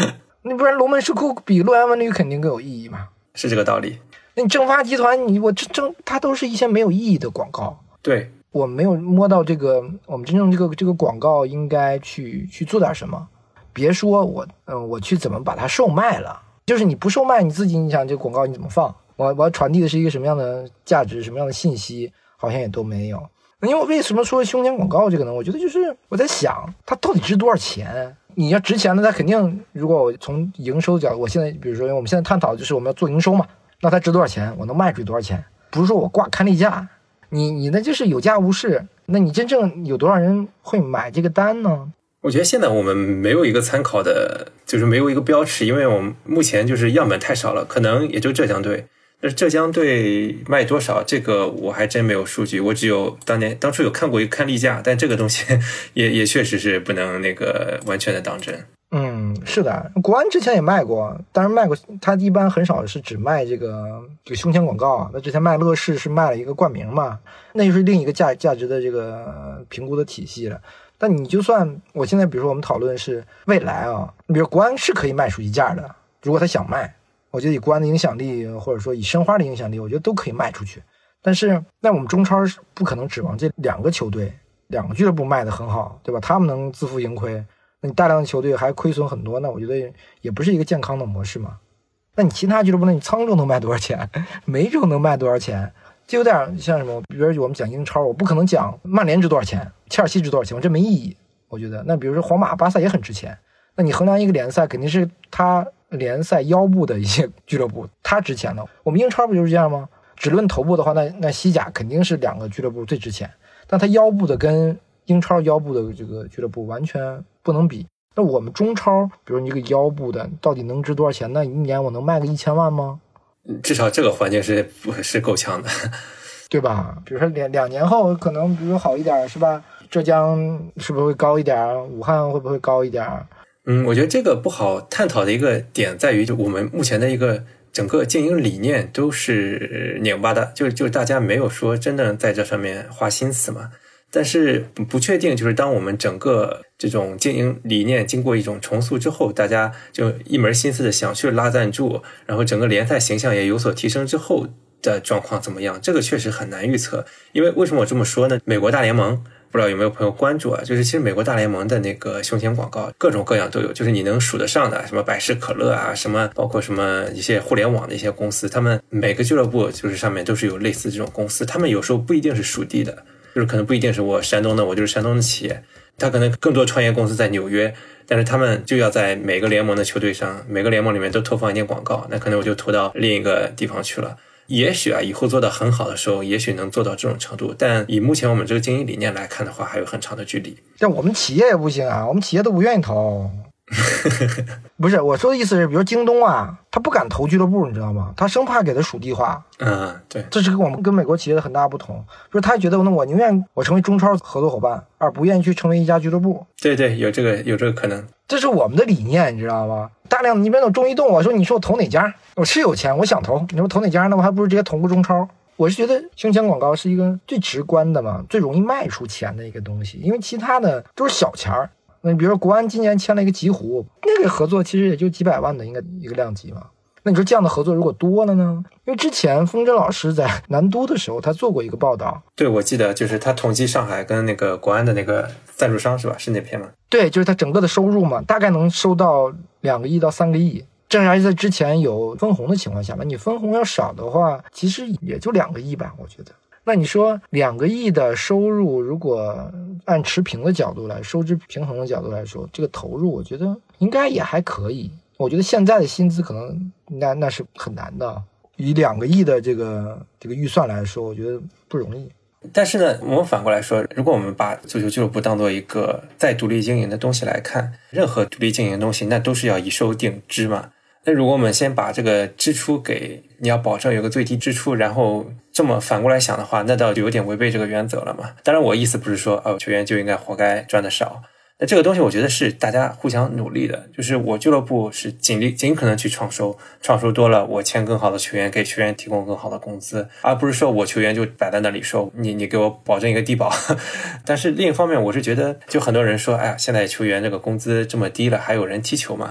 你不然龙门石窟比洛阳文旅肯定更有意义嘛？ 是这个道理。 那你正发集团，它都是一些没有意义的广告。 对， 我没有摸到我们真正这个广告应该去做点什么。别说我去怎么把它售卖了，就是你不售卖你自己，你想这个广告你怎么放？我要传递的是一个什么样的价值，什么样的信息，好像也都没有。因为我为什么说胸前广告这个呢？我觉得就是我在想，它到底值多少钱？你要值钱的，它肯定，如果我从营收角度，我现在比如说，因为我们现在探讨的就是我们要做营收嘛，那它值多少钱？我能卖出去多少钱？不是说我挂看例价，你那就是有价无市。那你真正有多少人会买这个单呢？ 我觉得现在我们没有一个参考的，就是没有一个标尺，因为我们目前就是样本太少了，可能也就浙江队。但是浙江队卖多少，这个我还真没有数据，我只有当初有看过一个看例价，但这个东西也确实是不能那个完全的当真。 是的，国安之前也卖过，当然卖过，他一般很少是只卖这个胸前广告。那之前卖乐视是卖了一个冠名嘛，那就是另一个价值的这个评估的体系了。但你就算我现在比如说我们讨论是未来啊，比如国安是可以卖出一价的，如果他想卖，我觉得以国安的影响力或者说以申花的影响力，我觉得都可以卖出去。但是那我们中超不可能指望这两个球队两个俱乐部卖得很好，对吧？他们能自负盈亏，那你大量的球队还亏损很多，那我觉得也不是一个健康的模式嘛。那你其他俱乐部，那你沧州能卖多少钱？梅州能卖多少钱？就有点像什么，比如我们讲英超，我不可能讲曼联值多少钱，切尔西值多少钱，我这没意义。我觉得那比如说皇马巴萨也很值钱，那你衡量一个联赛肯定是他联赛腰部的一些俱乐部它值钱的。我们英超不就是这样吗？只论头部的话，那西甲肯定是两个俱乐部最值钱，但它腰部的跟英超腰部的这个俱乐部完全不能比。那我们中超比如你这个腰部的到底能值多少钱？那一年我能卖个1000万吗？ 至少这个环境是够呛的， 对吧？比如说两年后可能比如说好一点，是吧？浙江是不是会高一点？武汉会不会高一点？ 我觉得这个不好探讨的一个点在于，就我们目前的一个整个经营理念都是拧巴的，就大家没有说真的在这上面花心思嘛。但是不确定，就是当我们整个这种经营理念经过一种重塑之后，大家就一门心思的想去拉赞助，然后整个联赛形象也有所提升之后的状况怎么样，这个确实很难预测。因为为什么我这么说呢？美国大联盟不知道有没有朋友关注啊，就是其实美国大联盟的那个胸前广告各种各样都有，就是你能数得上的什么百事可乐啊，什么包括什么一些互联网的一些公司，他们每个俱乐部就是上面都是有类似这种公司，他们有时候不一定是属地的，就是可能不一定是我山东的，我就是山东的企业，他可能更多创业公司在纽约，但是他们就要在每个联盟的球队上，每个联盟里面都投放一点广告，那可能我就投到另一个地方去了。也许以后做到很好的时候，也许能做到这种程度，但以目前我们这个经营理念来看的话，还有很长的距离。 但我们企业也不行啊，我们企业都不愿意投。不是我说的意思是，比如京东啊，他不敢投俱乐部，你知道吗？他生怕给他属地化。 对， 这是我们跟美国企业的很大不同。就是他觉得，那我宁愿我成为中超合作伙伴，而不愿意去成为一家俱乐部。 对，有这个可能。 这是我们的理念，你知道吗？大量你别有中移动，我说你说我投哪家？我是有钱，我想投，你说投哪家呢？我还不如直接投个中超。我是觉得胸前广告是一个最直观的嘛，最容易卖出钱的一个东西，因为其他的都是小钱儿。那你比如说国安今年签了一个极狐，那个合作其实也就几百万的应该一个量级嘛。那你说这样的合作如果多了呢？因为之前风筝老师在南都的时候他做过一个报道。 对，我记得就是他统计上海跟那个国安的那个赞助商是吧？是那篇吗？ 对，就是他整个的收入嘛，大概能收到2个亿到3个亿。正是在之前有分红的情况下吧，你分红要少的话，其实也就2个亿吧，我觉得。那你说2个亿的收入，如果按持平的角度来，收支平衡的角度来说，这个投入我觉得应该也还可以。我觉得现在的薪资可能那是很难的，以2个亿的这个预算来说，我觉得不容易。 但是呢，我们反过来说，如果我们把足球俱乐部当做一个再独立经营的东西来看，任何独立经营的东西那都是要以收定支嘛。那如果我们先把这个支出你要保证有个最低支出，然后这么反过来想的话，那倒就有点违背这个原则了嘛。当然我意思不是说球员就应该活该赚得少，那这个东西我觉得是大家互相努力的，就是我俱乐部是尽可能去创收多了，我签更好的球员，给球员提供更好的工资，而不是说我球员就摆在那里说你给我保证一个低保。但是另一方面我是觉得，就很多人说现在球员这个工资这么低了，还有人踢球吗？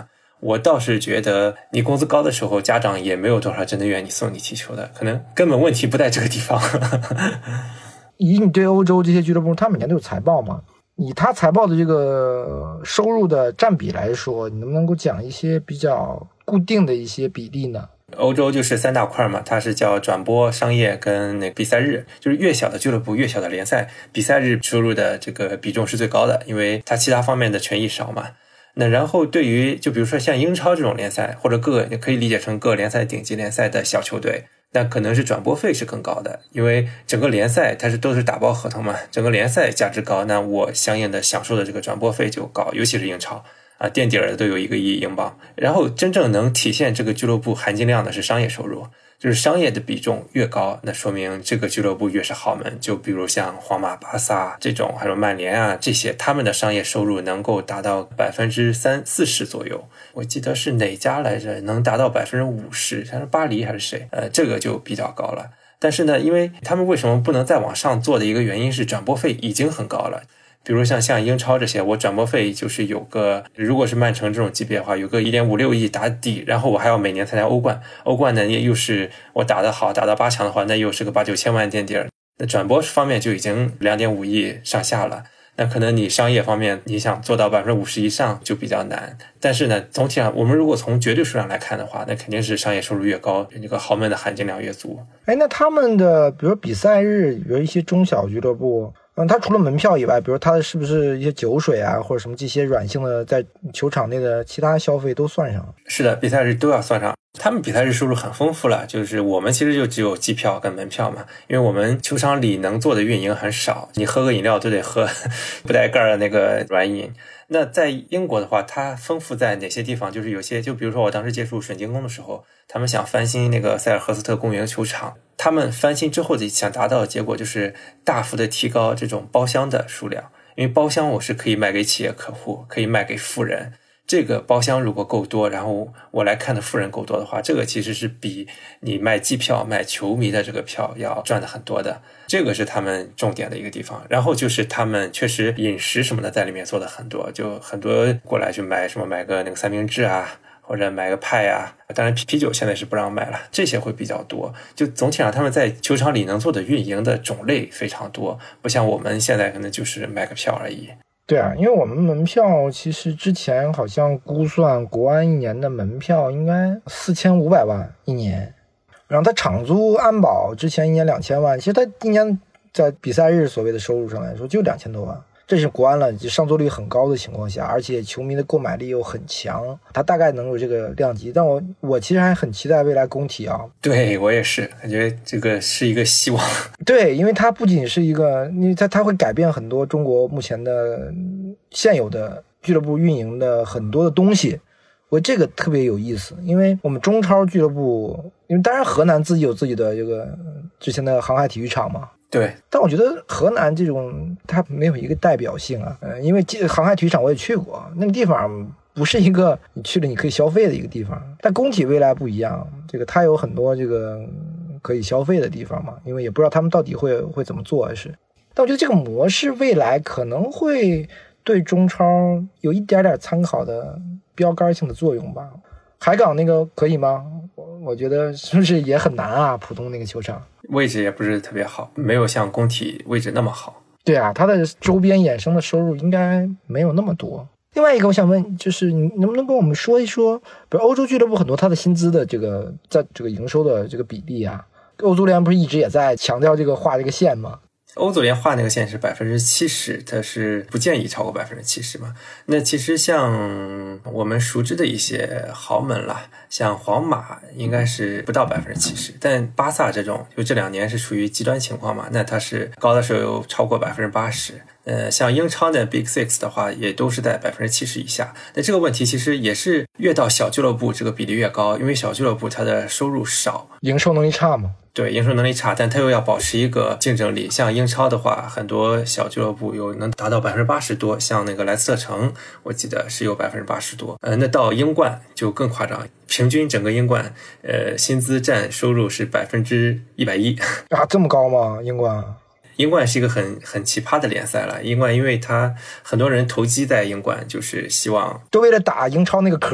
我倒是觉得你工资高的时候，家长也没有多少真的愿意送你踢球的，可能根本问题不在这个地方。 以你对欧洲这些俱乐部，他每年都有财报嘛？以他财报的这个收入的占比来说，你能不能够讲一些比较固定的一些比例呢？ 欧洲就是3大块嘛，它是叫转播、商业跟那个比赛日，就是越小的俱乐部、越小的联赛，比赛日收入的这个比重是最高的，因为它其他方面的权益少嘛。那然后对于就比如说像英超这种联赛，或者你可以理解成各联赛顶级联赛的小球队，那可能是转播费是更高的，因为整个联赛它都是打包合同嘛，整个联赛价值高，那我相应的享受的这个转播费就高，尤其是英超啊，垫底儿的都有1个亿英镑。然后真正能体现这个俱乐部含金量的是商业收入，就是商业的比重越高，那说明这个俱乐部越是豪门。就比如像皇马、巴萨这种，还有曼联啊这些，他们的商业收入能够达到30-40%左右。我记得是哪家来着，能达到50%，像是巴黎还是谁？这个就比较高了。但是呢，因为他们为什么不能再往上做的一个原因是转播费已经很高了。比如像英超这些，我转播费就是有个，如果是曼城这种级别的话，有个1.56亿打底，然后我还要每年参加欧冠，欧冠呢又是我打得好，打到8强的话，那又是个8-9千万垫底儿。那转播方面就已经2.5亿上下了，那可能你商业方面你想做到50%以上就比较难。但是呢，总体上我们如果从绝对数量来看的话，那肯定是商业收入越高，那个豪门的含金量越足。 那他们的比如比赛日，比如一些中小俱乐部，它除了门票以外，比如它是不是一些酒水啊，或者什么这些软性的在球场内的其他消费都算上？ 是的，比赛日都要算上。他们比赛日收入很丰富了，就是我们其实就只有机票跟门票嘛，因为我们球场里能做的运营很少，你喝个饮料都得喝不带盖的那个软饮。那在英国的话，它丰富在哪些地方？就是有些，就比如说我当时接触水晶宫的时候，他们想翻新那个塞尔赫斯特公园球场，他们翻新之后的想达到的结果就是大幅的提高这种包厢的数量，因为包厢我是可以卖给企业客户，可以卖给富人。这个包厢如果够多，然后我来看的富人够多的话，这个其实是比你卖季票卖球迷的这个票要赚的很多的，这个是他们重点的一个地方。然后就是他们确实饮食什么的在里面做的很多，就很多过来去买什么买个那个三明治啊，或者买个派啊，当然啤酒现在是不让卖了，这些会比较多。就总体上他们在球场里能做的运营的种类非常多，不像我们现在可能就是卖个票而已。 对啊，因为我们门票其实之前好像估算国安1年的门票应该4500万1年，然后他场租安保之前1年2000万，其实他1年在比赛日所谓的收入上来说就2000多万，这是国安了，上座率很高的情况下，而且球迷的购买力又很强，他大概能有这个量级。但我其实还很期待未来工体啊。 对，我也是感觉这个是一个希望。 对，因为它不仅是一个，因为它会改变很多中国目前的现有的俱乐部运营的很多的东西，我这个特别有意思。因为我们中超俱乐部，因为当然河南自己有自己的这个之前的航海体育场嘛， 对， 但我觉得河南这种它没有一个代表性啊，因为航海体育场我也去过，那个地方不是一个你去了你可以消费的一个地方。但工体未来不一样，这个它有很多这个可以消费的地方嘛，因为也不知道他们到底会怎么做是。但我觉得这个模式未来可能会对中超有一点点参考的标杆性的作用吧。海港那个可以吗？我觉得是不是也很难啊？浦东那个球场位置也不是特别好，没有像工体位置那么好。 对啊，它的周边衍生的收入应该没有那么多。另外一个我想问，就是你能不能跟我们说一说，比如欧洲俱乐部很多它的薪资的这个在这个营收的这个比例啊，欧足联不是一直也在强调这个画这个线吗？ 欧足联画那个线是70%，它是不建议超过70%嘛。那其实像我们熟知的一些豪门啦，像皇马应该是不到70%，但巴萨这种就这2年是属于极端情况嘛，那它是高的时候有超过80%。像英超的 Big Six 的话，也都是在70%以下。那这个问题其实也是越到小俱乐部这个比例越高，因为小俱乐部它的收入少， 营收能力差吗？ 对，营收能力差，但它又要保持一个竞争力。像英超的话，很多小俱乐部有能达到80%多，像那个莱斯特城，我记得是有80%多。那到英冠就更夸张，平均整个英冠，薪资占收入是110% 啊，这么高吗？英冠？ 英冠是一个很奇葩的联赛了。英冠因为它很多人投机在英冠，就是希望都为了打英超那个壳。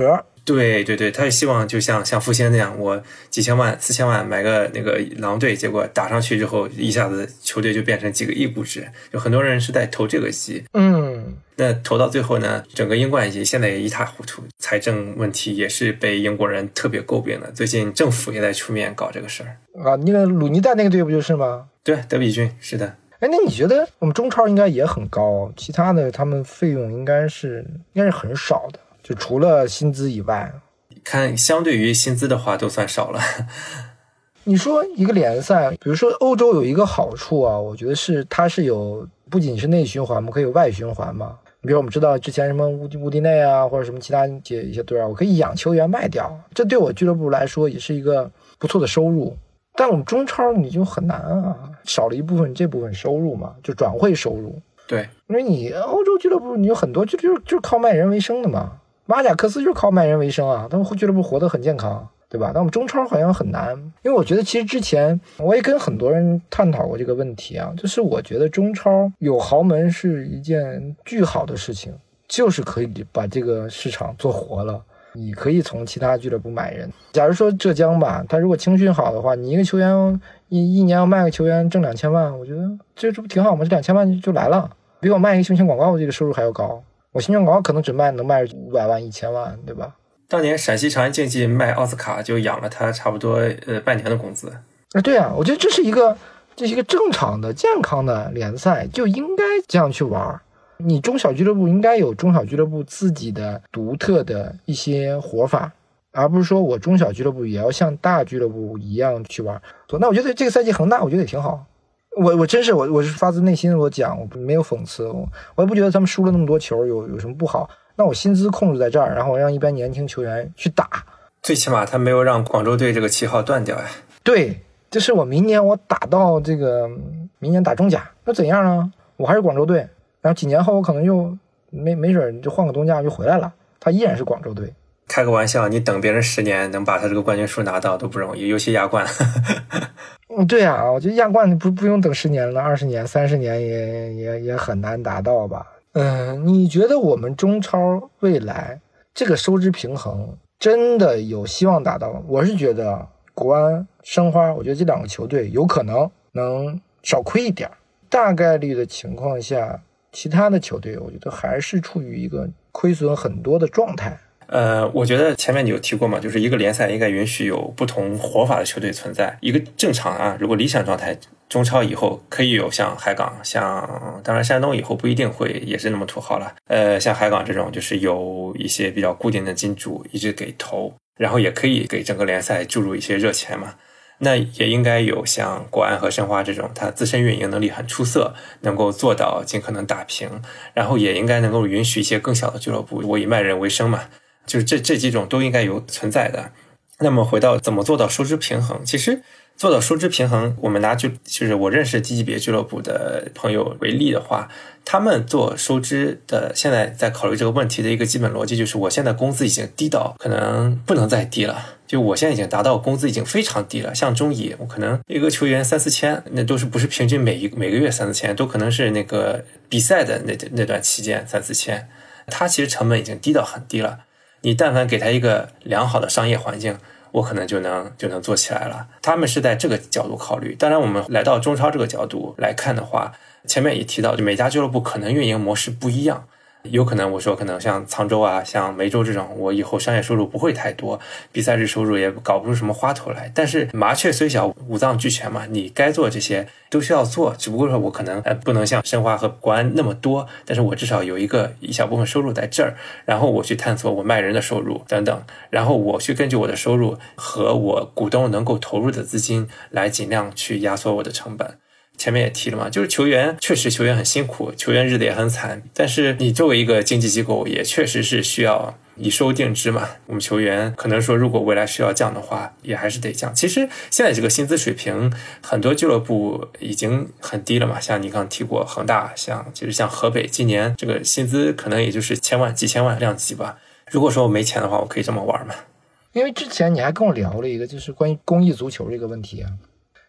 对对对，他是希望就像复兴那样，我几千万、4000万买个那个狼队，结果打上去之后，一下子球队就变成几个亿估值，有很多人是在投这个戏。那投到最后呢，整个英冠现在也一塌糊涂，财政问题也是被英国人特别诟病的。最近政府也在出面搞这个事儿啊。那个鲁尼戴那个队不就是吗？ 对，德比郡是的。 哎，那你觉得我们中超应该也很高，其他的他们费用应该是很少的。就除了薪资以外， 看相对于薪资的话都算少了。 你说一个联赛，比如说欧洲有一个好处啊，我觉得是它是有不仅是内循环嘛，可以有外循环嘛。比如我们知道之前什么乌迪内啊，或者什么其他一些队啊，我可以养球员卖掉，这对我俱乐部来说也是一个不错的收入。但我们中超你就很难啊，少了一部分这部分收入嘛，就转会收入。 对， 因为你欧洲俱乐部你有很多就是靠卖人为生的嘛。马贾克斯就是靠卖人为生啊，他们俱乐部活得很健康，对吧？但我们中超好像很难，因为我觉得其实之前我也跟很多人探讨过这个问题啊，就是我觉得中超有豪门是一件巨好的事情，就是可以把这个市场做活了。你可以从其他俱乐部买人，假如说浙江吧，他如果青训好的话，你一个球员一年要卖个球员挣2000万，我觉得这不挺好吗？这2000万就来了，比我卖一个胸前广告的这个收入还要高。我新疆广告可能只能卖500万1000万，对吧？ 当年陕西长安竞技卖奥斯卡就养了他差不多半年的工资。 对啊，我觉得这是一个正常的健康的联赛，就应该这样去玩。你中小俱乐部应该有中小俱乐部自己的独特的一些活法，而不是说我中小俱乐部也要像大俱乐部一样去玩。那我觉得这个赛季恒大我觉得也挺好。我真是我是发自内心我讲，我没有讽刺，我也不觉得他们输了那么多球有什么不好。那我薪资控制在这儿，然后我让一般年轻球员去打， 最起码他没有让广州队这个旗号断掉呀。 对，就是我明年我打到这个明年打中甲，那怎样呢？我还是广州队，然后几年后我可能又没准就换个东家就回来了，他依然是广州队。 开个玩笑，你等别人10年能把他这个冠军数拿到都不容易，尤其亚冠。 对啊，我觉得亚冠不用等10年了，20年、30年也很难达到吧。你觉得我们中超未来这个收支平衡真的有希望达到吗？我是觉得国安、申花，我觉得这2个球队有可能能少亏一点，大概率的情况下，其他的球队我觉得还是处于一个亏损很多的状态。 我觉得前面你有提过嘛，就是一个联赛应该允许有不同活法的球队存在。一个正常啊，如果理想状态，中超以后可以有像海港，当然山东以后不一定会也是那么土豪了。像海港这种，就是有一些比较固定的金主一直给投，然后也可以给整个联赛注入一些热钱嘛。那也应该有像国安和申花这种，它自身运营能力很出色，能够做到尽可能打平，然后也应该能够允许一些更小的俱乐部，我以卖人为生嘛。就是这几种都应该有存在的。那么回到怎么做到收支平衡，其实做到收支平衡，我们拿就是我认识低级别俱乐部的朋友为例的话，他们做收支的现在在考虑这个问题的一个基本逻辑就是，我现在工资已经低到可能不能再低了，就我现在已经达到工资已经非常低了。像中乙，我可能一个球员3-4千，那都是不是平均每个月3-4千，都可能是那个比赛的那段期间3-4千，他其实成本已经低到很低了。你但凡给他一个良好的商业环境，我可能就能做起来了。他们是在这个角度考虑。当然我们来到中超这个角度来看的话，前面也提到每家俱乐部可能运营模式不一样，有可能我说可能像沧州啊像梅州这种，我以后商业收入不会太多，比赛日收入也搞不出什么花头来，但是麻雀虽小五脏俱全嘛，你该做这些都需要做，只不过说我可能不能像申花和国安那么多，但是我至少有一小部分收入在这儿，然后我去探索我卖人的收入等等，然后我去根据我的收入和我股东能够投入的资金来尽量去压缩我的成本。前面也提了嘛，就是确实球员很辛苦，球员日子也很惨，但是你作为一个经纪机构也确实是需要以收定支嘛。我们球员可能说如果未来需要降的话也还是得降。其实现在这个薪资水平很多俱乐部已经很低了嘛，像你刚提过恒大，其实像河北今年这个薪资可能也就是千万几千万量级吧。如果说我没钱的话，我可以这么玩嘛。 因为之前你还跟我聊了一个就是关于公益足球这个问题啊，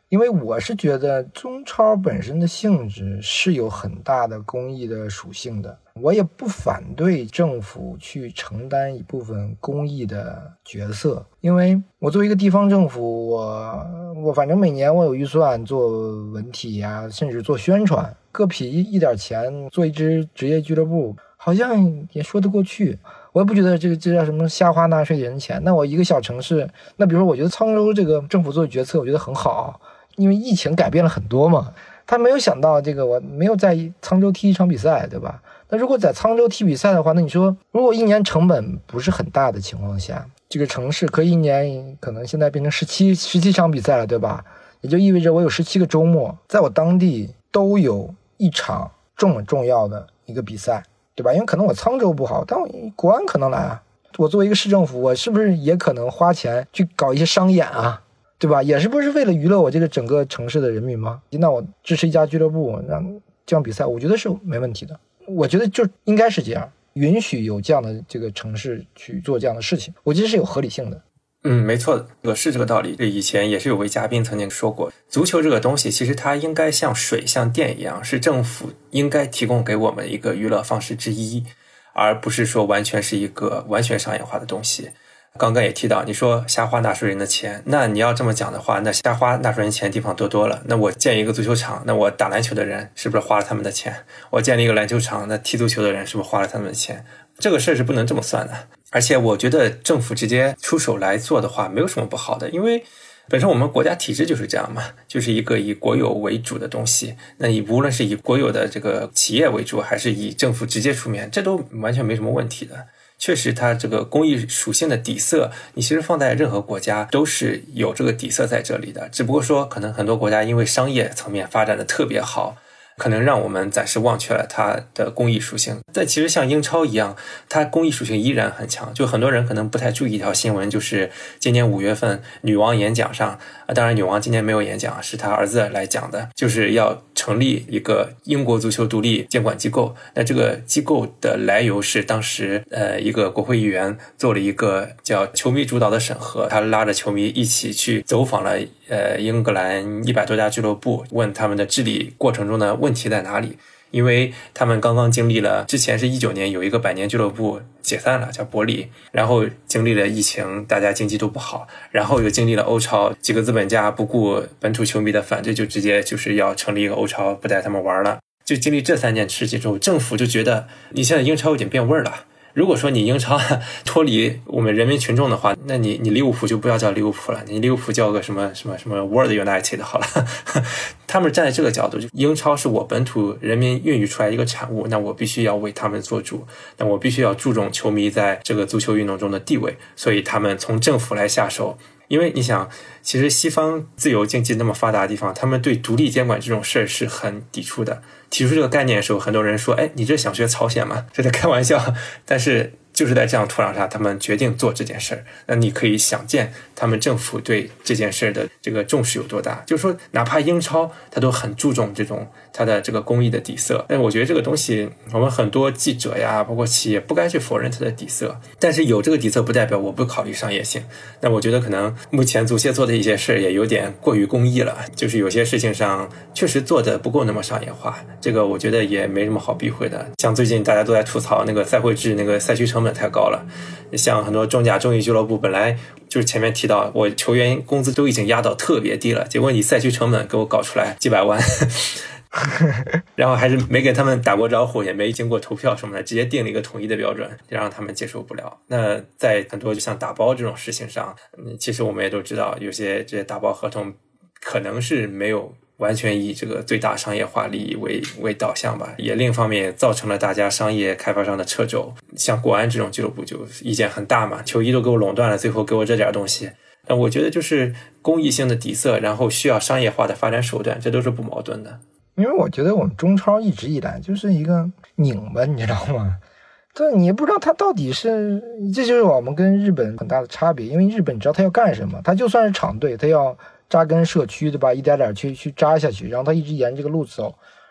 因为我是觉得中超本身的性质是有很大的公益的属性的，我也不反对政府去承担一部分公益的角色，因为我作为一个地方政府，我反正每年我有预算做文体啊，甚至做宣传，各匹一点钱做一支职业俱乐部，好像也说得过去。我也不觉得这叫什么瞎花纳税人钱。那我一个小城市，那比如说我觉得沧州这个政府做的决策我觉得很好，因为疫情改变了很多嘛，他没有想到这个我没有在沧州踢一场比赛，对吧？那如果在沧州踢比赛的话，那你说如果一年成本不是很大的情况下，这个城市可以一年可能现在变成17场比赛了，对吧？也就意味着我有17个周末在我当地都有一场重要的一个比赛，对吧？因为可能我沧州不好，但我国安可能来啊。我作为一个市政府，我是不是也可能花钱去搞一些商演啊，对吧？也是不是为了娱乐我这个整个城市的人民吗？那我支持一家俱乐部让这样比赛，我觉得是没问题的。我觉得就应该是这样，允许有这样的这个城市去做这样的事情，我觉得是有合理性的。 没错，是这个道理。以前也是有位嘉宾曾经说过，足球这个东西其实它应该像水像电一样，是政府应该提供给我们一个娱乐方式之一，而不是说完全是一个完全商业化的东西。刚刚也提到，你说瞎花纳税人的钱，那你要这么讲的话，那瞎花纳税人钱地方多了。那我建一个足球场，那我打篮球的人是不是花了他们的钱？我建立一个篮球场，那踢足球的人是不是花了他们的钱？这个事是不能这么算的。而且我觉得政府直接出手来做的话，没有什么不好的，因为本身我们国家体制就是这样嘛，就是一个以国有为主的东西。那你无论是以国有的这个企业为主，还是以政府直接出面，这都完全没什么问题的。确实它这个公益属性的底色，你其实放在任何国家都是有这个底色在这里的，只不过说可能很多国家因为商业层面发展的特别好，可能让我们暂时忘却了它的公益属性。但其实像英超一样，它公益属性依然很强。就很多人可能不太注意一条新闻，就是今年5月份女王演讲上，当然女王今年没有演讲，是她儿子来讲的，就是要成立一个英国足球独立监管机构。那这个机构的来由是当时一个国会议员做了一个叫球迷主导的审核，他拉着球迷一起去走访了英格兰100多家俱乐部，问他们的治理过程中的问题在哪里。因为他们刚刚经历了，之前是19年有一个100年俱乐部解散了，叫伯里，然后经历了疫情，大家经济都不好，然后又经历了欧超，几个资本家不顾本土球迷的反对，就直接就是要成立一个欧超，不带他们玩了。就经历这3件事情之后，政府就觉得你现在英超有点变味了。如果说你英超脱离我们人民群众的话，那你利物浦就不要叫利物浦了，你利物浦叫个什么 World United 好了。他们站在这个角度，就英超是我本土人民孕育出来一个产物，那我必须要为他们做主，那我必须要注重球迷在这个足球运动中的地位，所以他们从政府来下手。因为你想，其实西方自由经济那么发达的地方，他们对独立监管这种事是很抵触的。提出这个概念的时候，很多人说，你这想学朝鲜吗？这在开玩笑。但是就是在这样土壤上，他们决定做这件事儿。那你可以想见他们政府对这件事的这个重视有多大。就是说哪怕英超他都很注重这种他的这个公益的底色，但我觉得这个东西我们很多记者呀包括企业不该去否认它的底色，但是有这个底色不代表我不考虑商业性。那我觉得可能目前足协做的一些事也有点过于公益了，就是有些事情上确实做的不够那么商业化，这个我觉得也没什么好避讳的。像最近大家都在吐槽那个赛会制，那个赛区成本太高了，像很多中甲中乙俱乐部本来就是前面提到我球员工资都已经压到特别低了，结果你赛区成本给我搞出来几百万然后还是没给他们打过招呼，也没经过投票什么的，直接定了一个统一的标准，让他们接受不了。那在很多就像打包这种事情上，其实我们也都知道，有些这些打包合同可能是没有完全以这个最大商业化利益为导向吧，也另一方面造成了大家商业开发商的掣肘。像国安这种俱乐部就意见很大嘛，球衣都给我垄断了，最后给我这点东西。但我觉得就是公益性的底色，然后需要商业化的发展手段，这都是不矛盾的。 因为我觉得我们中超一直以来就是一个拧巴，你知道吗？对，你也不知道它到底是，这就是我们跟日本很大的差别。因为日本你知道它要干什么，它就算是厂队，它要扎根社区，对吧？一点点去扎下去，然后它一直沿这个路走。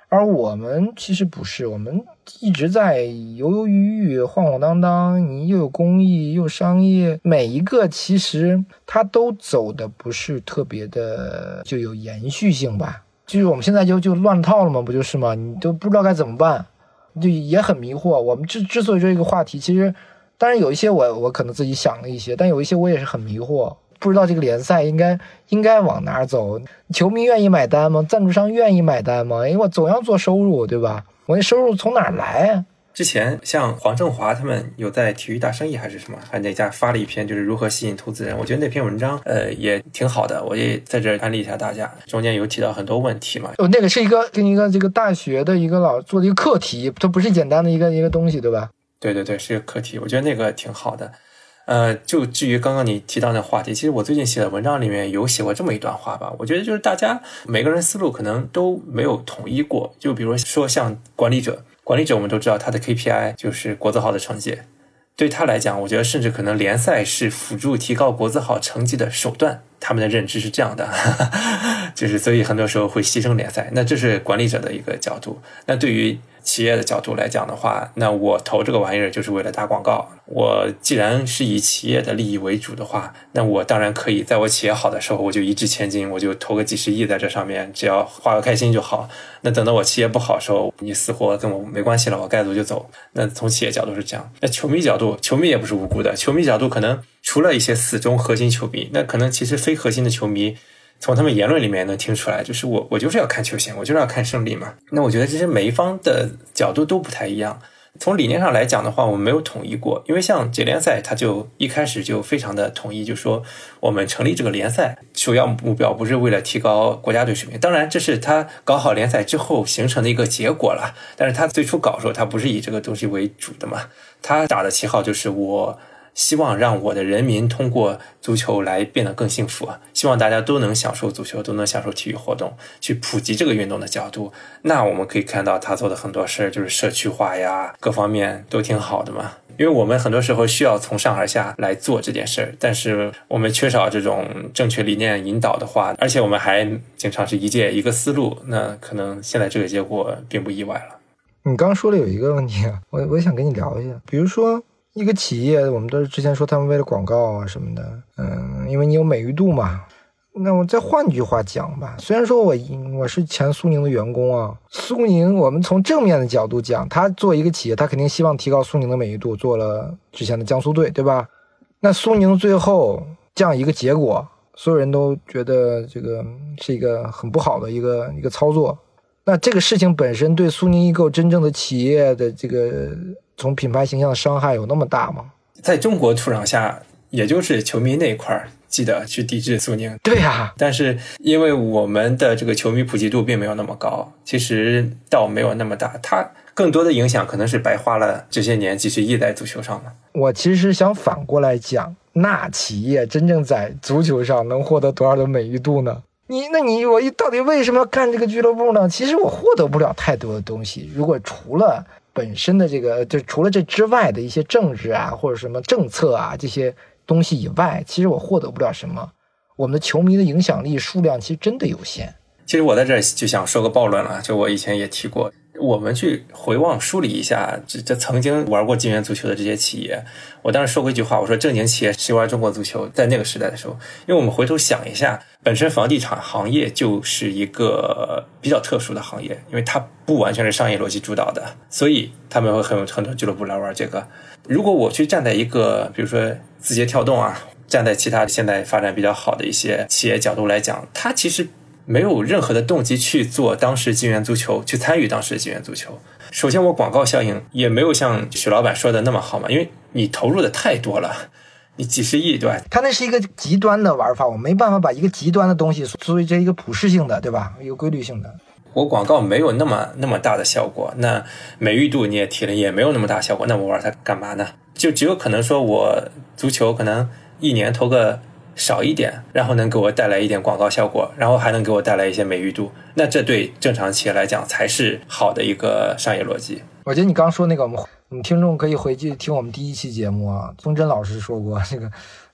而我们其实不是，我们一直在犹犹豫豫、晃晃荡荡，你又有公益又商业，每一个其实它都走的不是特别的就有延续性吧。就是我们现在就乱套了嘛，不就是吗？你都不知道该怎么办，就也很迷惑。我们之所以这个话题，其实当然有一些我可能自己想了一些，但有一些我也是很迷惑。不知道这个联赛应该往哪儿走？球迷愿意买单吗？赞助商愿意买单吗？因为我总要做收入，对吧？我那收入从哪儿来啊？ 之前像黄正华他们有在体育大生意还是什么，还哪家发了一篇就是如何吸引投资人，我觉得那篇文章也挺好的，我也在这安利一下大家。中间有提到很多问题嘛。 那个是跟一个这个大学的一个老做的一个课题，它不是简单的一个东西，对吧？ 对对对，是一个课题，我觉得那个挺好的。就至于刚刚你提到那话题，其实我最近写的文章里面有写过这么一段话吧。我觉得就是大家每个人思路可能都没有统一过。就比如说像管理者我们都知道他的 KPI 就是国字号的成绩，对他来讲，我觉得甚至可能联赛是辅助提高国字号成绩的手段，他们的认知是这样的，就是所以很多时候会牺牲联赛。那这是管理者的一个角度。那对于企业的角度来讲的话，那我投这个玩意儿就是为了打广告。我既然是以企业的利益为主的话，那我当然可以在我企业好的时候我就一掷千金，我就投个几十亿在这上面，只要花个开心就好。那等到我企业不好的时候，你死活跟我没关系了，我该走就走。那从企业角度是这样。那球迷角度，球迷也不是无辜的。球迷角度可能除了一些死忠核心球迷，那可能其实非核心的球迷从他们言论里面能听出来，就是我就是要看球星，我就是要看胜利嘛。那我觉得这些每一方的角度都不太一样。从理念上来讲的话，我们没有统一过，因为像职业联赛它就一开始就非常的统一，就说我们成立这个联赛首要目标不是为了提高国家队水平，当然这是他搞好联赛之后形成的一个结果了，但是他最初搞的时候他不是以这个东西为主的嘛，他打的旗号就是我希望让我的人民通过足球来变得更幸福，希望大家都能享受足球，都能享受体育活动，去普及这个运动的角度。那我们可以看到他做的很多事儿，就是社区化呀，各方面都挺好的嘛。因为我们很多时候需要从上而下来做这件事儿，但是我们缺少这种正确理念引导的话，而且我们还经常是一届一个思路，那可能现在这个结果并不意外了。 你刚刚说了有一个问题啊，我想跟你聊一下，比如说一个企业，我们都是之前说他们为了广告啊什么的，因为你有美誉度嘛。那我再换句话讲吧，虽然说我是前苏宁的员工啊，苏宁我们从正面的角度讲，他做一个企业，他肯定希望提高苏宁的美誉度，做了之前的江苏队，对吧？那苏宁最后这样一个结果，所有人都觉得这个是一个很不好的一个操作。那这个事情本身对苏宁易购真正的企业的这个从品牌形象的伤害有那么大吗？ 在中国土壤下，也就是球迷那一块记得去抵制苏宁。 对啊， 但是因为我们的这个球迷普及度并没有那么高，其实倒没有那么大，它更多的影响可能是白花了这些年几十亿在足球上了。 我其实想反过来讲，那企业真正在足球上能获得多少的美誉度呢？我到底为什么要干这个俱乐部呢？其实我获得不了太多的东西。如果除了本身的这个，就除了这之外的一些政治啊或者什么政策啊这些东西以外，其实我获得不了什么。我们的球迷的影响力数量其实真的有限。 其实我在这就想说个暴论了，就我以前也提过，我们去回望梳理一下这曾经玩过金元足球的这些企业。我当时说过一句话，我说正经企业谁玩中国足球，在那个时代的时候，因为我们回头想一下，本身房地产行业就是一个比较特殊的行业，因为它不完全是商业逻辑主导的，所以他们会很多俱乐部来玩这个。如果我去站在一个比如说字节跳动啊，站在其他现在发展比较好的一些企业角度来讲，它其实没有任何的动机去做当时金元足球，去参与当时的金元足球。首先我广告效应也没有像许老板说的那么好嘛，因为你投入的太多了，你几十亿，对吧？ 它那是一个极端的玩法，我没办法把一个极端的东西作为这一个普适性的，对吧？一个规律性的。 我广告没有那么大的效果，那美誉度你也提了，也没有那么大效果，那我玩它干嘛呢？就只有可能说我足球可能一年投个少一点，然后能给我带来一点广告效果，然后还能给我带来一些美誉度，那这对正常企业来讲才是好的一个商业逻辑。 我觉得你刚说那个，我们听众可以回去听我们第一期节目啊，宗真老师说过，这个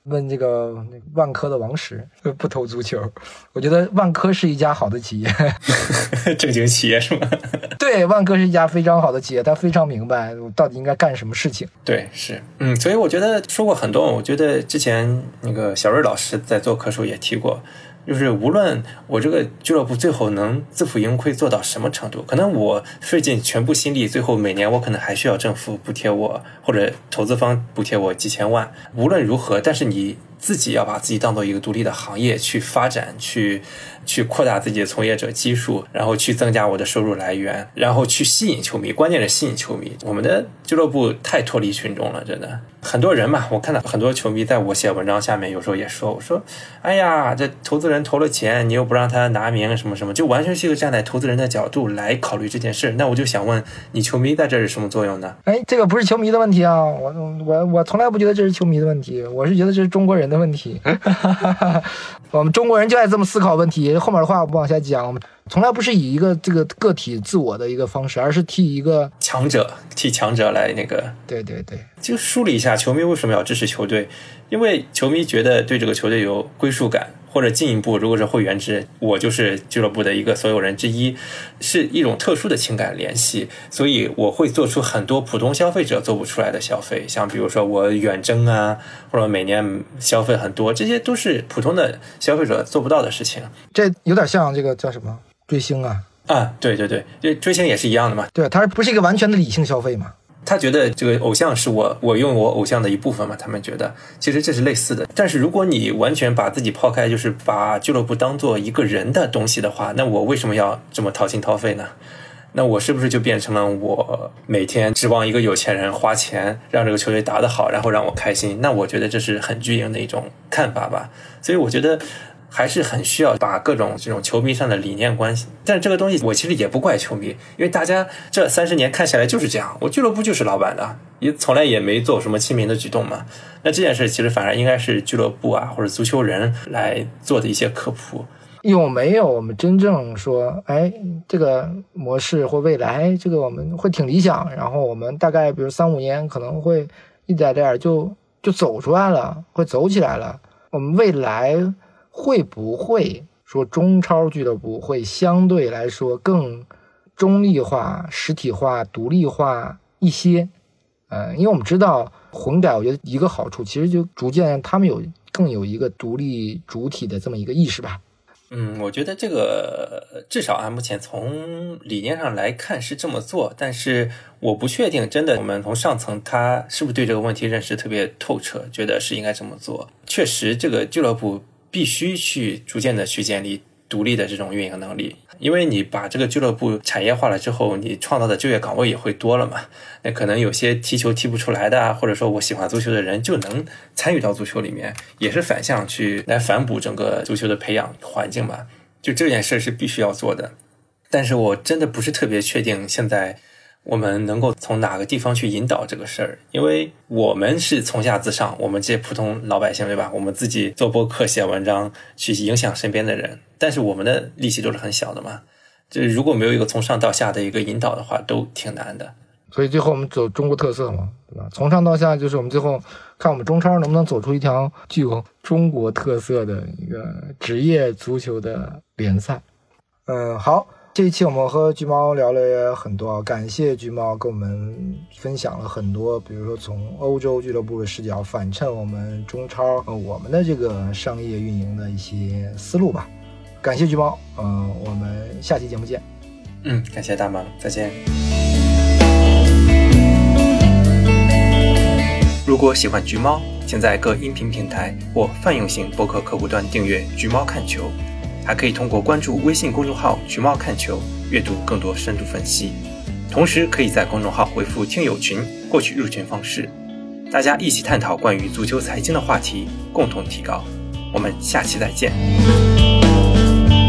问这个万科的王石不投足球，我觉得万科是一家好的企业。 正经企业是吗？ 对，万科是一家非常好的企业，他非常明白我到底应该干什么事情。 对，是，所以我觉得说过很多，我觉得之前那个小瑞老师在做客时候也提过，就是无论我这个俱乐部最后能自负盈亏做到什么程度，可能我费尽全部心力，最后每年我可能还需要政府补贴我，或者投资方补贴我几千万，无论如何，但是你自己要把自己当做一个独立的行业去发展，去扩大自己的从业者基数，然后去增加我的收入来源，然后去吸引球迷，关键是吸引球迷。我们的俱乐部太脱离群众了，真的。很多人嘛，我看到很多球迷在我写文章下面有时候也说，我说哎呀，这投资人投了钱，你又不让他拿名什么什么，就完全是一个站在投资人的角度来考虑这件事。那我就想问你，球迷在这是什么作用呢？ 这个不是球迷的问题啊，我从来不觉得这是球迷的问题，我是觉得这是中国人的问题。我们中国人就爱这么思考问题，后面的话我不往下讲，我们从来不是以一个这个个体自我的一个方式，而是替强者来那个。对， 就梳理一下球迷为什么要支持球队，因为球迷觉得对这个球队有归属感，或者进一步如果是会员制，我就是俱乐部的一个所有人之一，是一种特殊的情感联系，所以我会做出很多普通消费者做不出来的消费，像比如说我远征啊，或者每年消费很多，这些都是普通的消费者做不到的事情。 这有点像这个叫什么追星啊？ 对，这追星也是一样的嘛。 对，它不是一个完全的理性消费嘛？ 他觉得这个偶像是我用我偶像的一部分嘛，他们觉得其实这是类似的。但是如果你完全把自己抛开，就是把俱乐部当做一个人的东西的话，那我为什么要这么掏心掏肺呢？那我是不是就变成了我每天指望一个有钱人花钱让这个球队打得好，然后让我开心？那我觉得这是很巨婴的一种看法吧。所以我觉得还是很需要把各种这种球迷上的理念关系，但是这个东西我其实也不怪球迷，因为大家这30年看下来就是这样，我俱乐部就是老板的，也从来也没做什么亲民的举动嘛。那这件事其实反而应该是俱乐部啊或者足球人来做的一些科普。 有没有我们真正说这个模式或未来这个我们会挺理想，然后我们大概比如3-5年可能会一点点就走出来了，会走起来了，我们未来会不会说中超俱乐部会相对来说更中立化、实体化、独立化一些？因为我们知道混改，我觉得一个好处其实就逐渐他们更有一个独立主体的这么一个意识吧。 我觉得这个至少按目前从理念上来看是这么做，但是我不确定真的我们从上层他是不是对这个问题认识特别透彻，觉得是应该这么做。确实这个俱乐部必须去逐渐的去建立独立的这种运营能力，因为你把这个俱乐部产业化了之后，你创造的就业岗位也会多了嘛。那可能有些踢球踢不出来的，或者说我喜欢足球的人就能参与到足球里面，也是反向去来反哺整个足球的培养环境嘛。就这件事是必须要做的，但是我真的不是特别确定现在我们能够从哪个地方去引导这个事儿，因为我们是从下自上，我们这些普通老百姓对吧，我们自己做播客写文章去影响身边的人，但是我们的力气都是很小的嘛，就是如果没有一个从上到下的一个引导的话都挺难的。 所以最后我们走中国特色嘛，对吧？从上到下就是我们最后看我们中超能不能走出一条具有中国特色的一个职业足球的联赛。好，这一期我们和橘猫聊了也很多，感谢橘猫跟我们分享了很多，比如说从欧洲俱乐部的视角反衬我们中超我们的这个商业运营的一些思路吧。感谢橘猫，我们下期节目见。 感谢大萌，再见。如果喜欢橘猫，请在各音频平台或泛用型播客客户端订阅橘猫看球，还可以通过关注微信公众号橘猫看球阅读更多深度分析，同时可以在公众号回复听友群获取入群方式，大家一起探讨关于足球财经的话题，共同提高。我们下期再见。